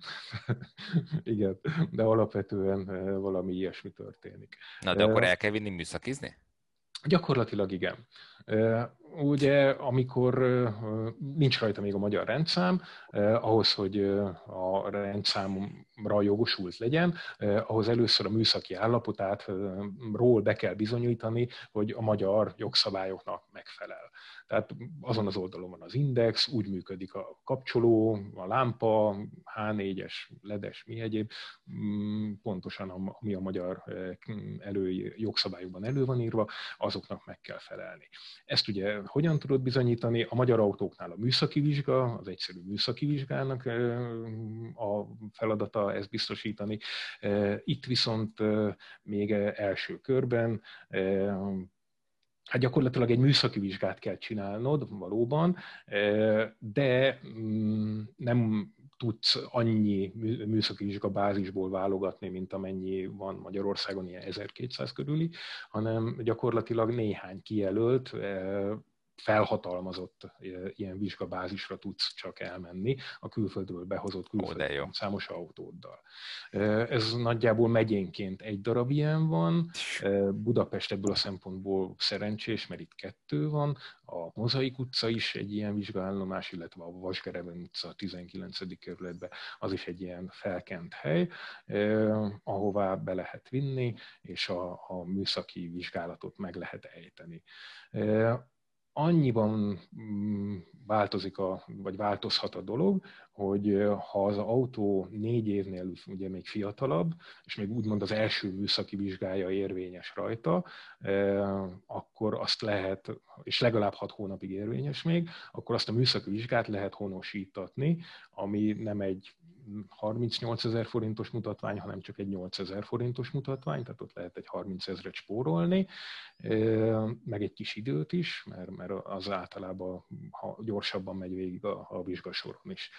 Igen, de alapvetően valami ilyesmi történik. Na, de akkor el kell vinni műszakizni? Gyakorlatilag igen. Ugye, amikor nincs rajta még a magyar rendszám, ahhoz, hogy a rendszámra jogosult legyen, ahhoz először a műszaki állapotátról be kell bizonyítani, hogy a magyar jogszabályoknak megfelel. Tehát azon az oldalon van az index, úgy működik a kapcsoló, a lámpa, H4-es, LED-es, mi egyéb, pontosan ami a magyar jogszabályokban elő van írva, azoknak meg kell felelni. Ezt ugye hogyan tudod bizonyítani? A magyar autóknál a műszaki vizsga, az egyszerű műszaki vizsgának a feladata ezt biztosítani. Itt viszont még első körben hát gyakorlatilag egy műszaki vizsgát kell csinálnod valóban, de nem tudsz annyi műszaki vizsga bázisból válogatni, mint amennyi van Magyarországon, ilyen 1200 körüli, hanem gyakorlatilag néhány kijelölt, felhatalmazott ilyen vizsgabázisra tudsz csak elmenni a külföldről behozott külföldi számos autóddal. Ez nagyjából megyénként egy darab ilyen van. Budapest ebből a szempontból szerencsés, mert itt 2 van. A Mozaik utca is egy ilyen vizsgaállomás, illetve a Vasgereven utca 19. kerületben, az is egy ilyen felkent hely, ahová be lehet vinni, és a műszaki vizsgálatot meg lehet ejteni. Annyiban változik vagy változhat a dolog, hogy ha az autó 4 évnél ugye még fiatalabb, és még úgymond az első műszaki vizsgája érvényes rajta, akkor azt lehet, és legalább 6 hónapig érvényes még, akkor azt a műszaki vizsgát lehet honosítatni, ami nem egy 38 000 forintos mutatvány, hanem csak egy 8 000 forintos mutatvány, tehát ott lehet egy 30 000-et spórolni, meg egy kis időt is, mert az általában gyorsabban megy végig a vizsgasoron is.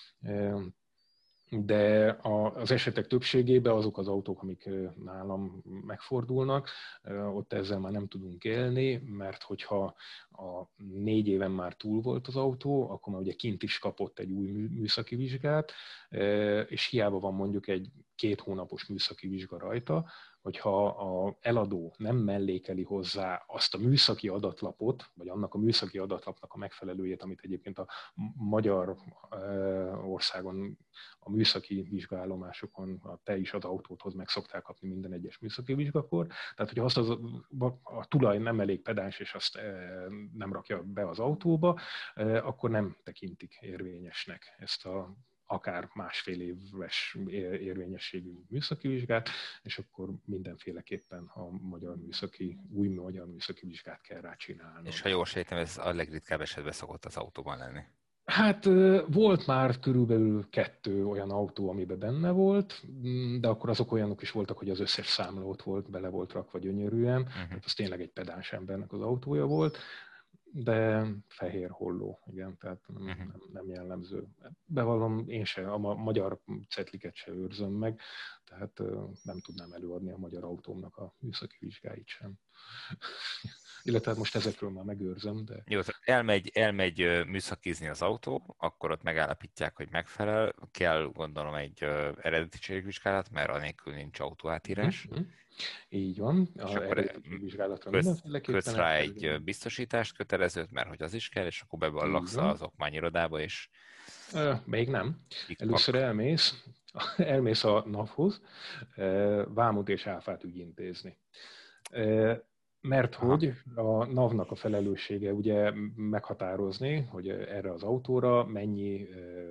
De az esetek többségében azok az autók, amik nálam megfordulnak, ott ezzel már nem tudunk élni, mert hogyha a 4 éven már túl volt az autó, akkor már ugye kint is kapott egy új műszaki vizsgát, és hiába van mondjuk egy 2 hónapos műszaki vizsga rajta, hogyha az eladó nem mellékeli hozzá azt a műszaki adatlapot, vagy annak a műszaki adatlapnak a megfelelőjét, amit egyébként a magyar országon a műszaki vizsgaállomásokon te is az autódhoz meg szoktál kapni minden egyes műszaki vizsgakor. Tehát, hogyha azt a tulaj nem elég pedáns, és azt nem rakja be az autóba, akkor nem tekintik érvényesnek ezt a akár másfél éves érvényességű műszaki vizsgát, és akkor mindenféleképpen új magyar műszaki vizsgát kell rá csinálni. És ha jól sejtem, ez a legritkább esetben szokott az autóban lenni. Hát volt már körülbelül 2 olyan autó, amiben benne volt, de akkor azok olyanok is voltak, hogy az összes számla ott volt, bele volt rakva gyönyörűen, tehát az tényleg egy pedáns embernek az autója volt, de fehér holló, igen, tehát nem jellemző. Bevallom, én sem, a magyar cetliket sem őrzöm meg, tehát nem tudnám előadni a magyar autómnak a műszaki vizsgáit sem. Illetve hát most ezekről már megőrzöm, de... Jó, elmegy műszakizni az autó, akkor ott megállapítják, hogy megfelel. Kell gondolom egy eredetiségvizsgálat, mert anélkül nincs autóátírás. Így van. És akkor kötsz rá egy biztosítást, kötelezőt, mert hogy az is kell, és akkor beballagsz az okmányirodába, és... Még nem. Először elmész a NAV-hoz vámot és áfát ügyintézni. Mert hogy a NAV-nak a felelőssége ugye meghatározni, hogy erre az autóra mennyi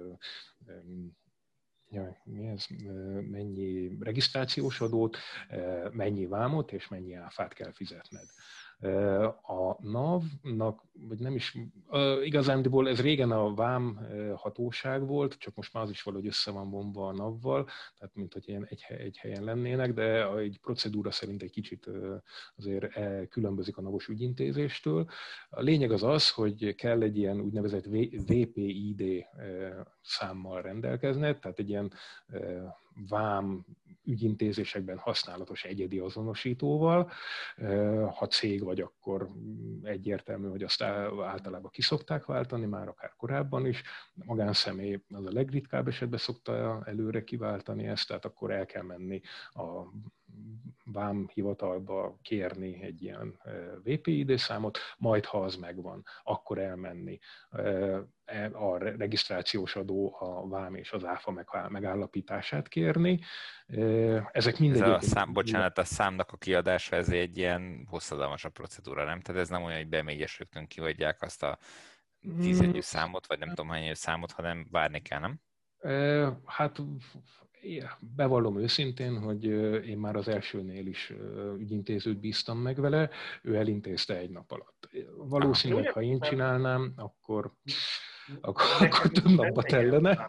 regisztrációs adót, mennyi vámot és mennyi áfát kell fizetned. A NAV-nak, vagy nem is, igazándiból ez régen a vám hatóság volt, csak most már az is valahogy össze van vonva a NAV-val, tehát mint hogy ilyen egy helyen lennének, de egy procedúra szerint egy kicsit azért különbözik a NAV-os ügyintézéstől. A lényeg az, hogy kell egy ilyen úgynevezett VPID számmal rendelkezned, tehát egy ilyen vám ügyintézésekben használatos egyedi azonosítóval. Ha cég vagy, akkor egyértelmű, hogy azt általában ki szokták váltani, már akár korábban is. A magánszemély az a legritkább esetben szokta előre kiváltani ezt, tehát akkor el kell menni a vámhivatalba kérni egy ilyen VPID számot, majd ha az megvan, akkor elmenni a regisztrációs adó, a vám és az áfa megállapítását kérni. Ezek Bocsánat, a számnak a kiadása, ez egy ilyen hosszadalmasabb procedúra, nem? Tehát ez nem olyan, hogy bemégyes rögtön kiadják azt a 10 számot, vagy nem tudom hány számot, hanem várni kell, nem? Hát bevallom őszintén, hogy én már az elsőnél is ügyintézőt bíztam meg vele, ő elintézte egy nap alatt. Valószínűleg, ha én csinálnám, akkor több napba tellene.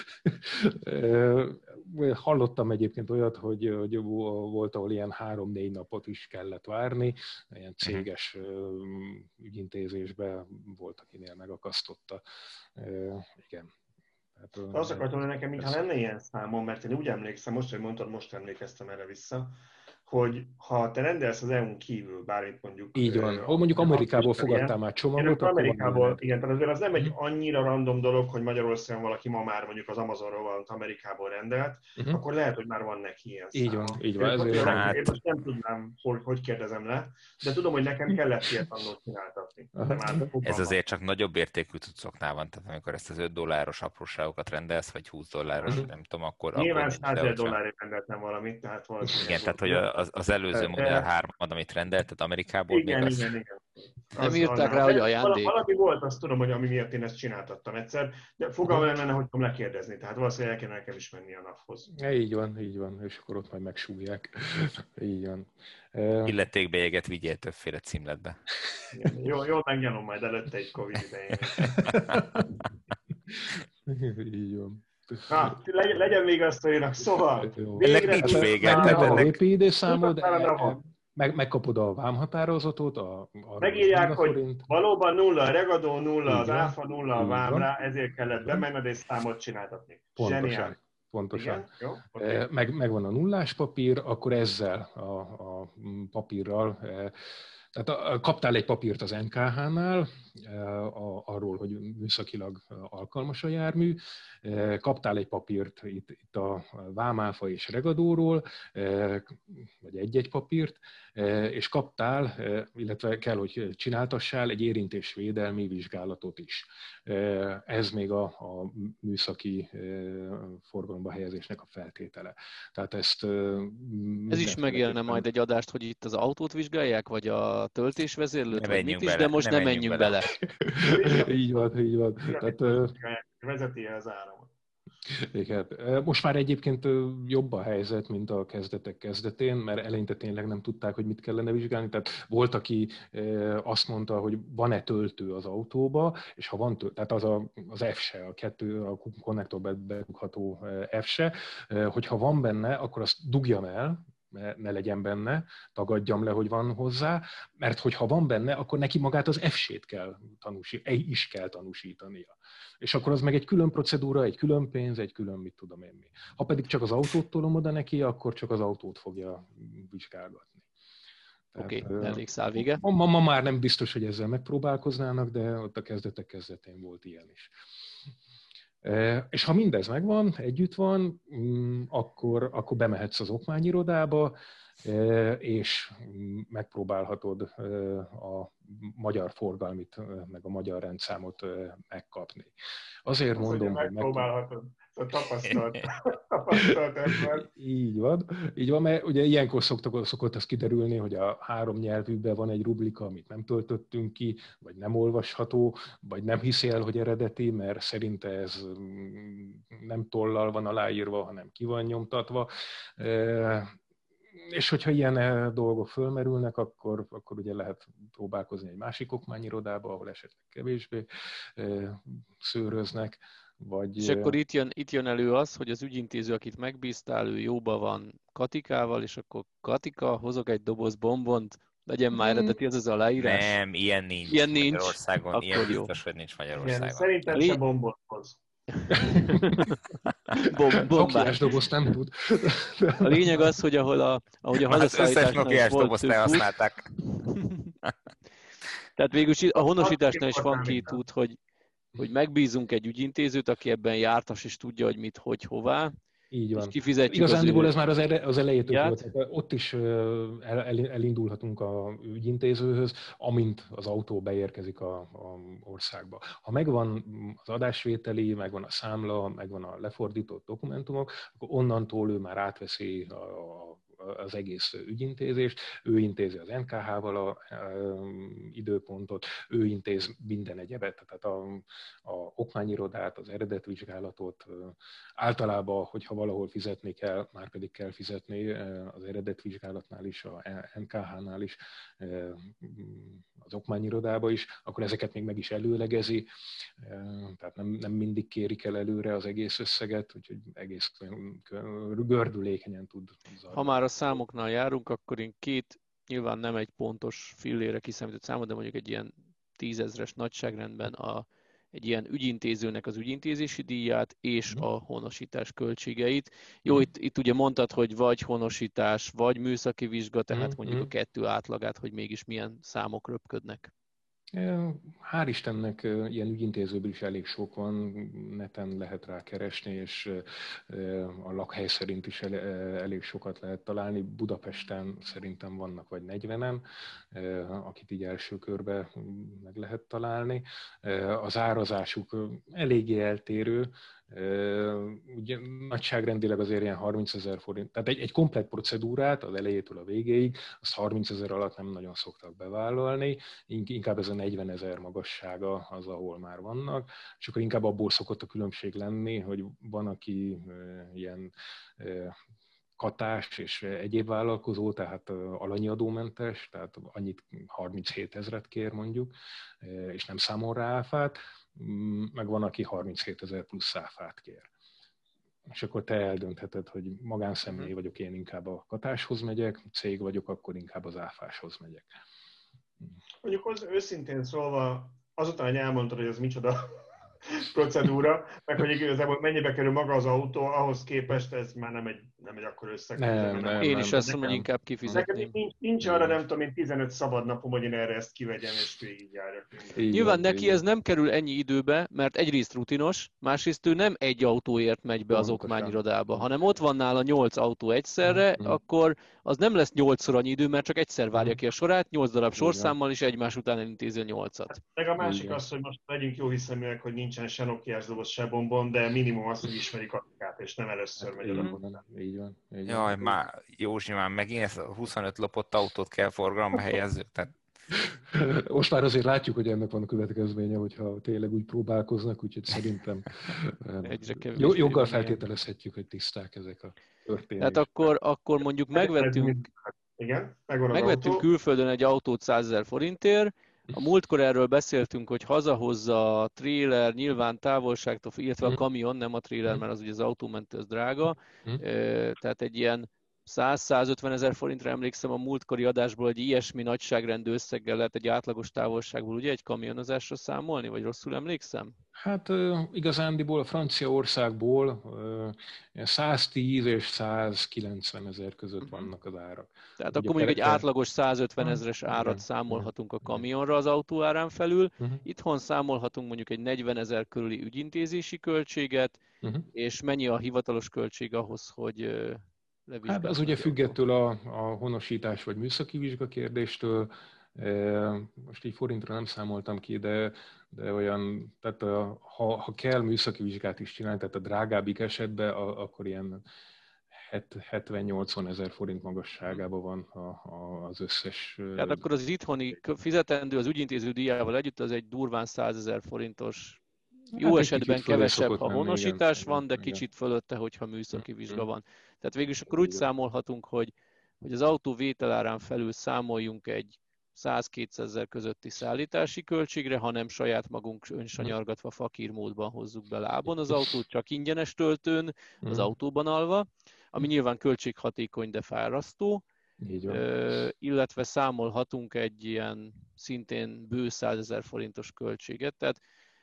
Hallottam egyébként olyat, hogy volt, ahol ilyen 3-4 napot is kellett várni, ilyen céges ügyintézésben volt, akinél megakasztotta. Igen. Azt akartam, hogy nekem mintha lenne ilyen számom, mert én úgy emlékszem, most, hogy mondtad, most emlékeztem erre vissza, hogy ha te rendelsz az EU-n kívül, bármit mondjuk... Így van. Mondjuk Amerikából fogadtál már csomagot, akkor Amerikából, igen, tehát azért az nem egy annyira random dolog, hogy Magyarországon valaki ma már mondjuk az Amazonról valamit Amerikából rendelt, akkor lehet, hogy már van neki ilyen száma. Így van. Én most nem tudnám, hogy kérdezem le, de tudom, hogy nekem kellett ilyet annól csináltatni. Ez azért csak nagyobb értékű cuccoknál van, tehát amikor ezt az $5 apróságokat rendelsz, vagy $20, nem tudom, akkor... Nyilván $100,000 rendeltem valamit, tehát valószínűleg... Igen, tehát hogy az előző Model 3, amit rendelted Amerikából, igen. Nem írták rá, hogy ajándék. Valami volt, azt tudom, hogy ami miatt én ezt csináltattam egyszer, de fogalmam lenne, hogy tudom lekérdezni, tehát valószínűleg el kell nekem is menni a NAV-hoz. Így van, és akkor ott majd megsúgják. Így van. Illetékbélyeget vigyél többféle címletbe. Jól megnyanom majd előtte egy Covid idején. Így van. Legyen még azt, hogy szóval... Ennek nincs vége. A VPID számod, megkapod a vámhatározatot. Megírják, hogy valóban 0 a regadó, 0 az áfa, 0 a vámra, ezért kellett bemenned és számot csináltatni. Pontosan. Jó? Okay. Megvan a nullás papír, akkor ezzel a papírral... Tehát kaptál egy papírt az NKH-nál, arról, hogy műszakilag alkalmas a jármű, kaptál egy papírt itt a vámáfa és regadóról, vagy egy-egy papírt, és kaptál, illetve kell, hogy csináltassál egy érintésvédelmi vizsgálatot is. Ez még a műszaki forgalomba helyezésnek a feltétele. Tehát ezt... Ez is megjelenne majd egy adást, hogy itt az autót vizsgálják, vagy a töltésvezérlőt, vagy mit is, de most nem menjünk bele. Így van. Tehát, vezeti az áramot. Igen. Most már egyébként jobb a helyzet, mint a kezdetek kezdetén, mert eleinte tényleg nem tudták, hogy mit kellene vizsgálni. Tehát volt, aki azt mondta, hogy van-e töltő az autóba, és ha van töltő, tehát az F-se, a konnektorba bedugható F-se, hogyha van benne, akkor azt dugjam el, ne legyen benne, tagadjam le, hogy van hozzá, mert hogyha van benne, akkor neki magát az F-sét kell tanúsítania. És akkor az meg egy külön procedúra, egy külön pénz, egy külön mit tudom én mi. Ha pedig csak az autót tolom oda neki, akkor csak az autót fogja vizsgálgatni. Oké, elég szálvége. Ma már nem biztos, hogy ezzel megpróbálkoznának, de ott a kezdetek kezdetén volt ilyen is. És ha mindez megvan, együtt van, akkor bemehetsz az okmányirodába, és megpróbálhatod a magyar forgalmit, meg a magyar rendszámot megkapni. Azért mondom, hogy megpróbálhatod. Tapasztalt ember. Így van, mert ugye ilyenkor szokott az kiderülni, hogy a 3 nyelvűben van egy rubrika, amit nem töltöttünk ki, vagy nem olvasható, vagy nem hiszi el, hogy eredeti, mert szerinte ez nem tollal van aláírva, hanem ki van nyomtatva. És hogyha ilyen dolgok fölmerülnek, akkor ugye lehet próbálkozni egy másik okmányirodába, ahol esetleg kevésbé szőröznek. És akkor itt jön elő az, hogy az ügyintéző, akit megbíztál, ő jóba van Katikával, és akkor Katika, hozok egy doboz bombont, legyen már eredeti az aláírás. Nem, ilyen nincs Magyarországon. Ilyen biztos, hogy nincs Magyarországon. Igen, szerintem se bombot hoz. Nokiás dobozt nem tud. A lényeg az, hogy ahogy a hazaszállításnál is volt több használták. Tehát végül a honosításnál is van 2 út, hogy megbízunk egy ügyintézőt, aki ebben jártas és tudja, hogy mit, hogy, hová. Így van. Igazándiból ez már az elejétől volt. Ott is elindulhatunk a ügyintézőhöz, amint az autó beérkezik a országba. Ha megvan az adásvételi, megvan a számla, megvan a lefordított dokumentumok, akkor onnantól ő már átveszi az egész ügyintézést, ő intézi az NKH-val a időpontot, ő intéz minden egyebet, tehát a okmányirodát, az eredetvizsgálatot, általában, hogyha valahol fizetni kell, már pedig kell fizetni az eredetvizsgálatnál is, a NKH-nál is, az okmányirodába is, akkor ezeket még meg is előlegezi, tehát nem mindig kérik el előre az egész összeget, úgyhogy egész gördülékenyen tud zajlani. Ha már a számoknál járunk, akkor én 2, nyilván nem egy pontos fillére kiszámított számot, de mondjuk egy ilyen 10 000-es nagyságrendben egy ilyen ügyintézőnek az ügyintézési díját és a honosítás költségeit. Jó, itt ugye mondtad, hogy vagy honosítás, vagy műszaki vizsga, tehát mondjuk a 2 átlagát, hogy mégis milyen számok röpködnek. Hál' Istennek ilyen ügyintézőből is elég sok van, neten lehet rá keresni, és a lakhely szerint is elég sokat lehet találni. Budapesten szerintem vannak vagy 40-en, akit így első körben meg lehet találni. Az árazásuk eléggé eltérő, ugye nagyságrendileg azért ilyen 30 000 forint, tehát egy komplett procedúrát az elejétől a végéig, azt 30 000 alatt nem nagyon szoktak bevállalni, inkább ez a 40 000 magassága az, ahol már vannak, és akkor inkább abból szokott a különbség lenni, hogy van, aki ilyen katás és egyéb vállalkozó, tehát alanyi adómentes, tehát annyit 37 000 kér mondjuk, és nem számol rá áfát, meg van, aki 37 000 plusz áfát kér. És akkor te eldöntheted, hogy magánszemély vagyok, én inkább a katáshoz megyek, cég vagyok, akkor inkább az áfáshoz megyek. Mondjuk az őszintén szólva, azután, hogy elmondtad, hogy ez micsoda procedúra, meg hogy igazából mennyibe kerül maga az autó, ahhoz képest ez már nem egy akkor összeg. Én is azt mondom, hogy inkább kifizetném. Nincs arra, nem tudom, én 15 szabad napom, hogy én erre ezt kivegyem, és végigjárjak. Nyilván neki ez nem kerül ennyi időbe, mert egyrészt rutinos, másrészt ő nem egy autóért megy be az okmányirodába, hanem ott van nála 8 autó egyszerre, akkor az nem lesz 8-szor annyi idő, mert csak egyszer várja ki a sorát, 8 darab sorszámmal, és egymás után elintézi a 8-at. Meg a másik az, hogy most legyünk jó hiszeműek, hogy nincsen se Nokiás doboz, se bombon, de minimum az, hogy ismerik a Katikát, és nem először megy oda. Így van. Jaj, már Józsi, már megint ezt a 25 lopott autót kell forgalomba helyezzük, tehát Most már azért látjuk, hogy ennek van a következménye, hogyha tényleg úgy próbálkoznak, úgyhogy szerintem joggal feltételezhetjük, hogy tiszták ezek a történések. Tehát akkor mondjuk megvettünk külföldön egy autót 100 000 forintért, a múltkor erről beszéltünk, hogy hazahozza a tréler, nyilván távolságtól, illetve a kamion, nem a tréler, mert az ugye az autómentő, az drága, tehát egy ilyen 100-150 000 forintra emlékszem a múltkori adásból, hogy ilyesmi nagyságrendű összeggel lehet egy átlagos távolságból ugye egy kamionozásra számolni, vagy rosszul emlékszem? Hát igazándiból a Franciaországból 110 és 190 000 között vannak az árak. Tehát akkor mondjuk egy átlagos 150 000-es árat számolhatunk a kamionra az autóárán felül, itthon számolhatunk mondjuk egy 40 000 körüli ügyintézési költséget, és mennyi a hivatalos költség ahhoz, hogy hát az ugye függettől a honosítás vagy műszaki vizsga kérdéstől, most így forintra nem számoltam ki, de olyan, tehát ha kell műszaki vizsgát is csinálni, tehát a drágábbik esetben, akkor ilyen 70-80 000 forint magasságában van az összes... Tehát akkor az itthoni fizetendő az ügyintéző díjával együtt az egy durván 100 000 forintos, jó hát esetben kevesebb, ha honosítás van, de kicsit fölötte, hogyha műszaki vizsga van. Tehát végülis akkor úgy számolhatunk, hogy az autó vételárán felül számoljunk egy 100-200 000 közötti szállítási költségre, hanem saját magunk önsanyargatva fakír módban hozzuk be lábon az autót, csak ingyenes töltőn, az autóban alva, ami nyilván költséghatékony, de fárasztó, illetve számolhatunk egy ilyen szintén bő 100 000 forintos költséget, tehát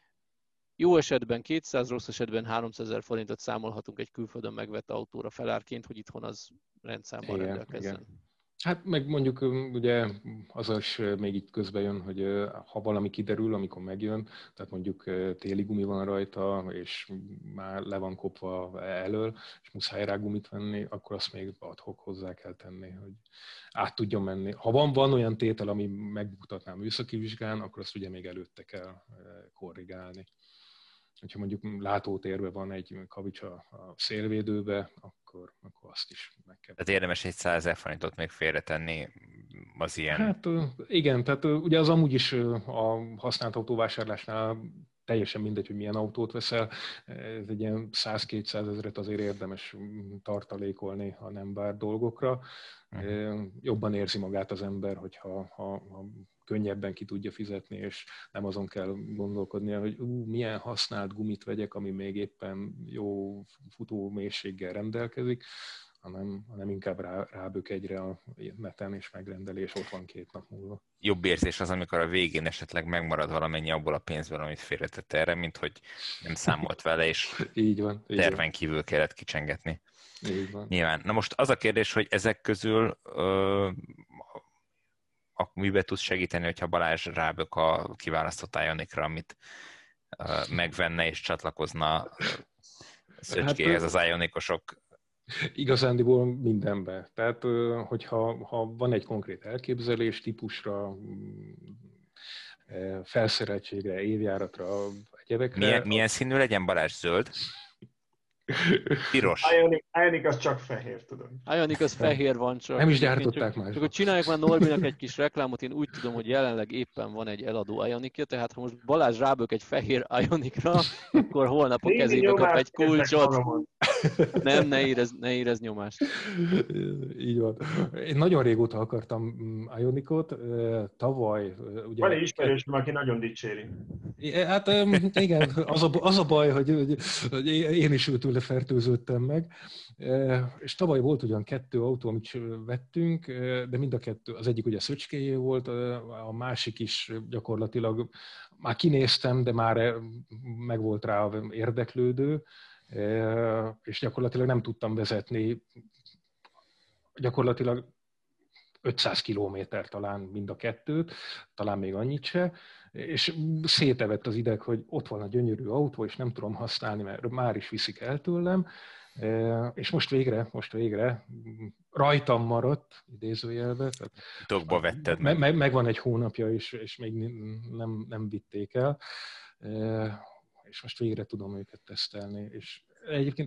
jó esetben 200, rossz esetben 300 000 forintot számolhatunk egy külföldön megvett autóra felárként, hogy itthon az rendszámban rendelkezzen. Igen. Hát meg mondjuk ugye az is még itt közben jön, hogy ha valami kiderül, amikor megjön, tehát mondjuk téli gumi van rajta, és már le van kopva elől, és muszáj rá gumit venni, akkor azt még ad-hoc hozzá kell tenni, hogy át tudjon menni. Ha van olyan tétel, ami megmutatná a műszaki vizsgán, akkor azt ugye még előtte kell korrigálni. Ha mondjuk látótérben van egy kavics a szélvédőbe, akkor azt is meg kell. Tehát érdemes egy 100 000 forintot még félretenni az ilyen... Hát igen, tehát ugye az amúgy is a használt autóvásárlásnál teljesen mindegy, hogy milyen autót veszel. Ez egy ilyen 100-200 000 azért érdemes tartalékolni, ha nem vár dolgokra. Jobban érzi magát az ember, hogyha könnyebben ki tudja fizetni, és nem azon kell gondolkodnia, hogy milyen használt gumit vegyek, ami még éppen jó futómélységgel rendelkezik, hanem inkább rábök egyre a neten, és megrendeli, és ott van 2 nap múlva. Jobb érzés az, amikor a végén esetleg megmarad valamennyi abból a pénzből, amit félretett erre, mint hogy nem számolt vele, és így van, terven kívül kellett kicsengetni. Így van. Nyilván. Na most az a kérdés, hogy ezek közül miben tudsz segíteni, hogyha Balázs rábök a kiválasztott Ionicra, amit megvenne és csatlakozna Szöcskéhez az Ionicosok? Igazándiból mindenbe. Tehát, hogyha van egy konkrét elképzelés típusra, felszereltségre, évjáratra, egyebekre... Milyen színű legyen, Balázs? Zöld? Piros. Ioniq az csak fehér, tudom. Ioniq az fehér van csak. Nem is gyártották már. Csak hogy csinálják már Norbinak egy kis reklámot, én úgy tudom, hogy jelenleg éppen van egy eladó Ioniqja, tehát ha most Balázs rábök egy fehér Ioniqra, akkor holnap a kezébe kap egy kulcsot. Nem, ne érezz nyomást. Így van. Én nagyon régóta akartam Ioniqot, tavaly... Ugye, van egy ismerősöm, aki nagyon dicséri. Hát igen, az a baj, hogy én is tőle fertőződtem meg, és tavaly volt ugyan 2 autó, amit vettünk, de mind a 2, az egyik ugye Szöcskéjé volt, a másik is gyakorlatilag már kinéztem, de már megvolt rá érdeklődő, és gyakorlatilag nem tudtam vezetni, gyakorlatilag 500 kilométer talán mind a 2-t, talán még annyit se, és szétevett az ideg, hogy ott van a gyönyörű autó, és nem tudom használni, mert már is viszik el tőlem, és most végre rajtam maradt, idézőjelbe. Tokba vetted meg. Megvan egy hónapja, és még nem vitték el, és most végre tudom őket tesztelni, és egyébként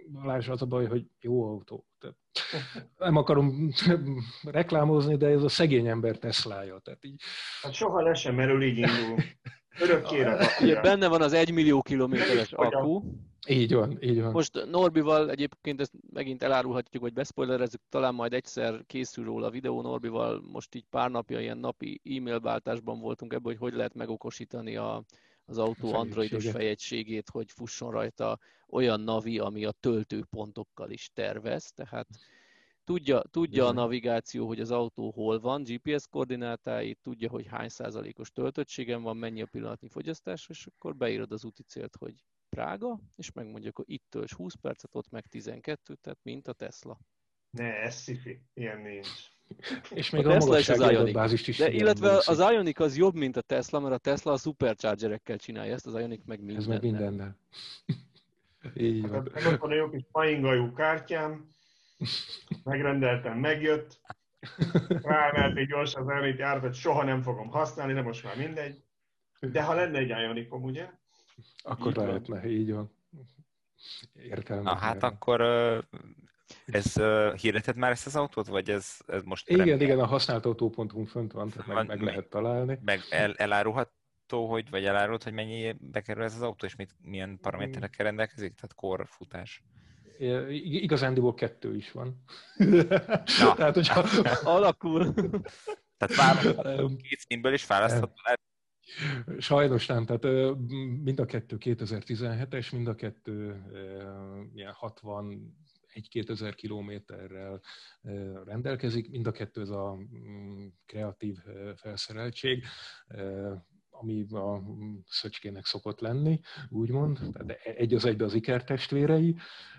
Balázs, az a baj, hogy jó autó. Tehát nem akarom reklámozni, de ez a szegény ember Teslája. Tehát így... Hát soha le sem merül, így indul. Örökkére Ugye benne van az 1 millió kilométeres akku. Így van, így van. Most Norbival egyébként ezt megint elárulhatjuk, vagy beszpoilerezzük, talán majd egyszer készül róla a videó. Norbival most így pár napja ilyen napi e-mail váltásban voltunk ebből, hogy lehet megokosítani az autó androidos fejegységét, hogy fusson rajta olyan navi, ami a töltőpontokkal is tervez, tehát tudja a navigáció, hogy az autó hol van, GPS koordinátáit, tudja, hogy hány százalékos töltöttségen van, mennyi a pillanatnyi fogyasztás, és akkor beírod az úti célt, hogy Prága, és megmondjuk, hogy itt tölts 20 percet, ott meg 12, tehát mint a Tesla. Ne, ez sci-fi, ilyen nincs. És még a magassági adatbázist is. De illetve az Ioniq az jobb, mint a Tesla, mert a Tesla a superchargerekkel csinálja ezt, az Ioniq meg mindennel. Ez meg mindennel. Így van. Meg ott van a jó kis maingajú kártyám, megrendeltem, megjött, ráemelték gyorsan az Ioniq járatot, soha nem fogom használni, de most már mindegy. De ha lenne egy Ioniqom, ugye? Akkor lehetne, így van. Értelme. Na hát akkor ez hirdeted már ezt az autót, vagy ez most... Igen, a használtautó.hu fönt van, tehát meg lehet találni. Meg elárulható, vagy elárult, hogy mennyibe kerül ez az autó, és milyen paraméterekkel rendelkezik? Tehát korfutás. Igazándiból 2 is van. Na. Tehát, hogyha... Alakul. Tehát két színből is választható. Sajnos nem, tehát mind a 2 2017-es, mind a 2 ilyen 61-2000 kilométerrel rendelkezik, mind a 2 ez a kreatív felszereltség, ami a Szöcskének szokott lenni, úgymond, de egy az egybe az Iker testvérei.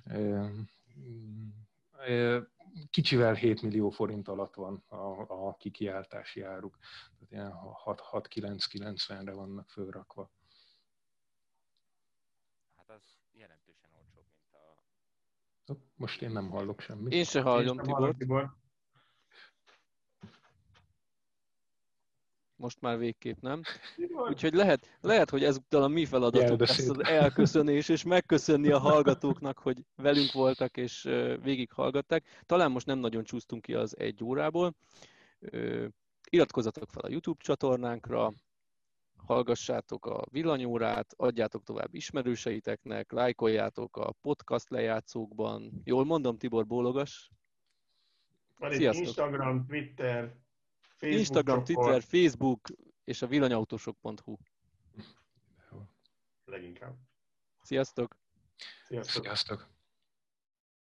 Kicsivel 7 millió forint alatt van a kikiáltási áruk. Tehát ilyen 6-9-90-re vannak fölrakva. Hát az jelentősen olcsóbb, mint a... Most én nem hallok semmit. Én se hallom, Tibor. Most már végképp nem. Úgyhogy lehet, hogy ezúttal a mi feladatunk lesz az elköszönés, és megköszönni a hallgatóknak, hogy velünk voltak, és végighallgatták. Talán most nem nagyon csúsztunk ki az 1 órából. Iratkozzatok fel a YouTube csatornánkra, hallgassátok a villanyórát, adjátok tovább ismerőseiteknek, lájkoljátok a podcast lejátszókban. Jól mondom, Tibor, bólogas. Van itt Instagram, Twitter, Facebook Instagram, Twitter, Facebook és a villanyautósok.hu. Leginkább. Sziasztok! Sziasztok! Sziasztok!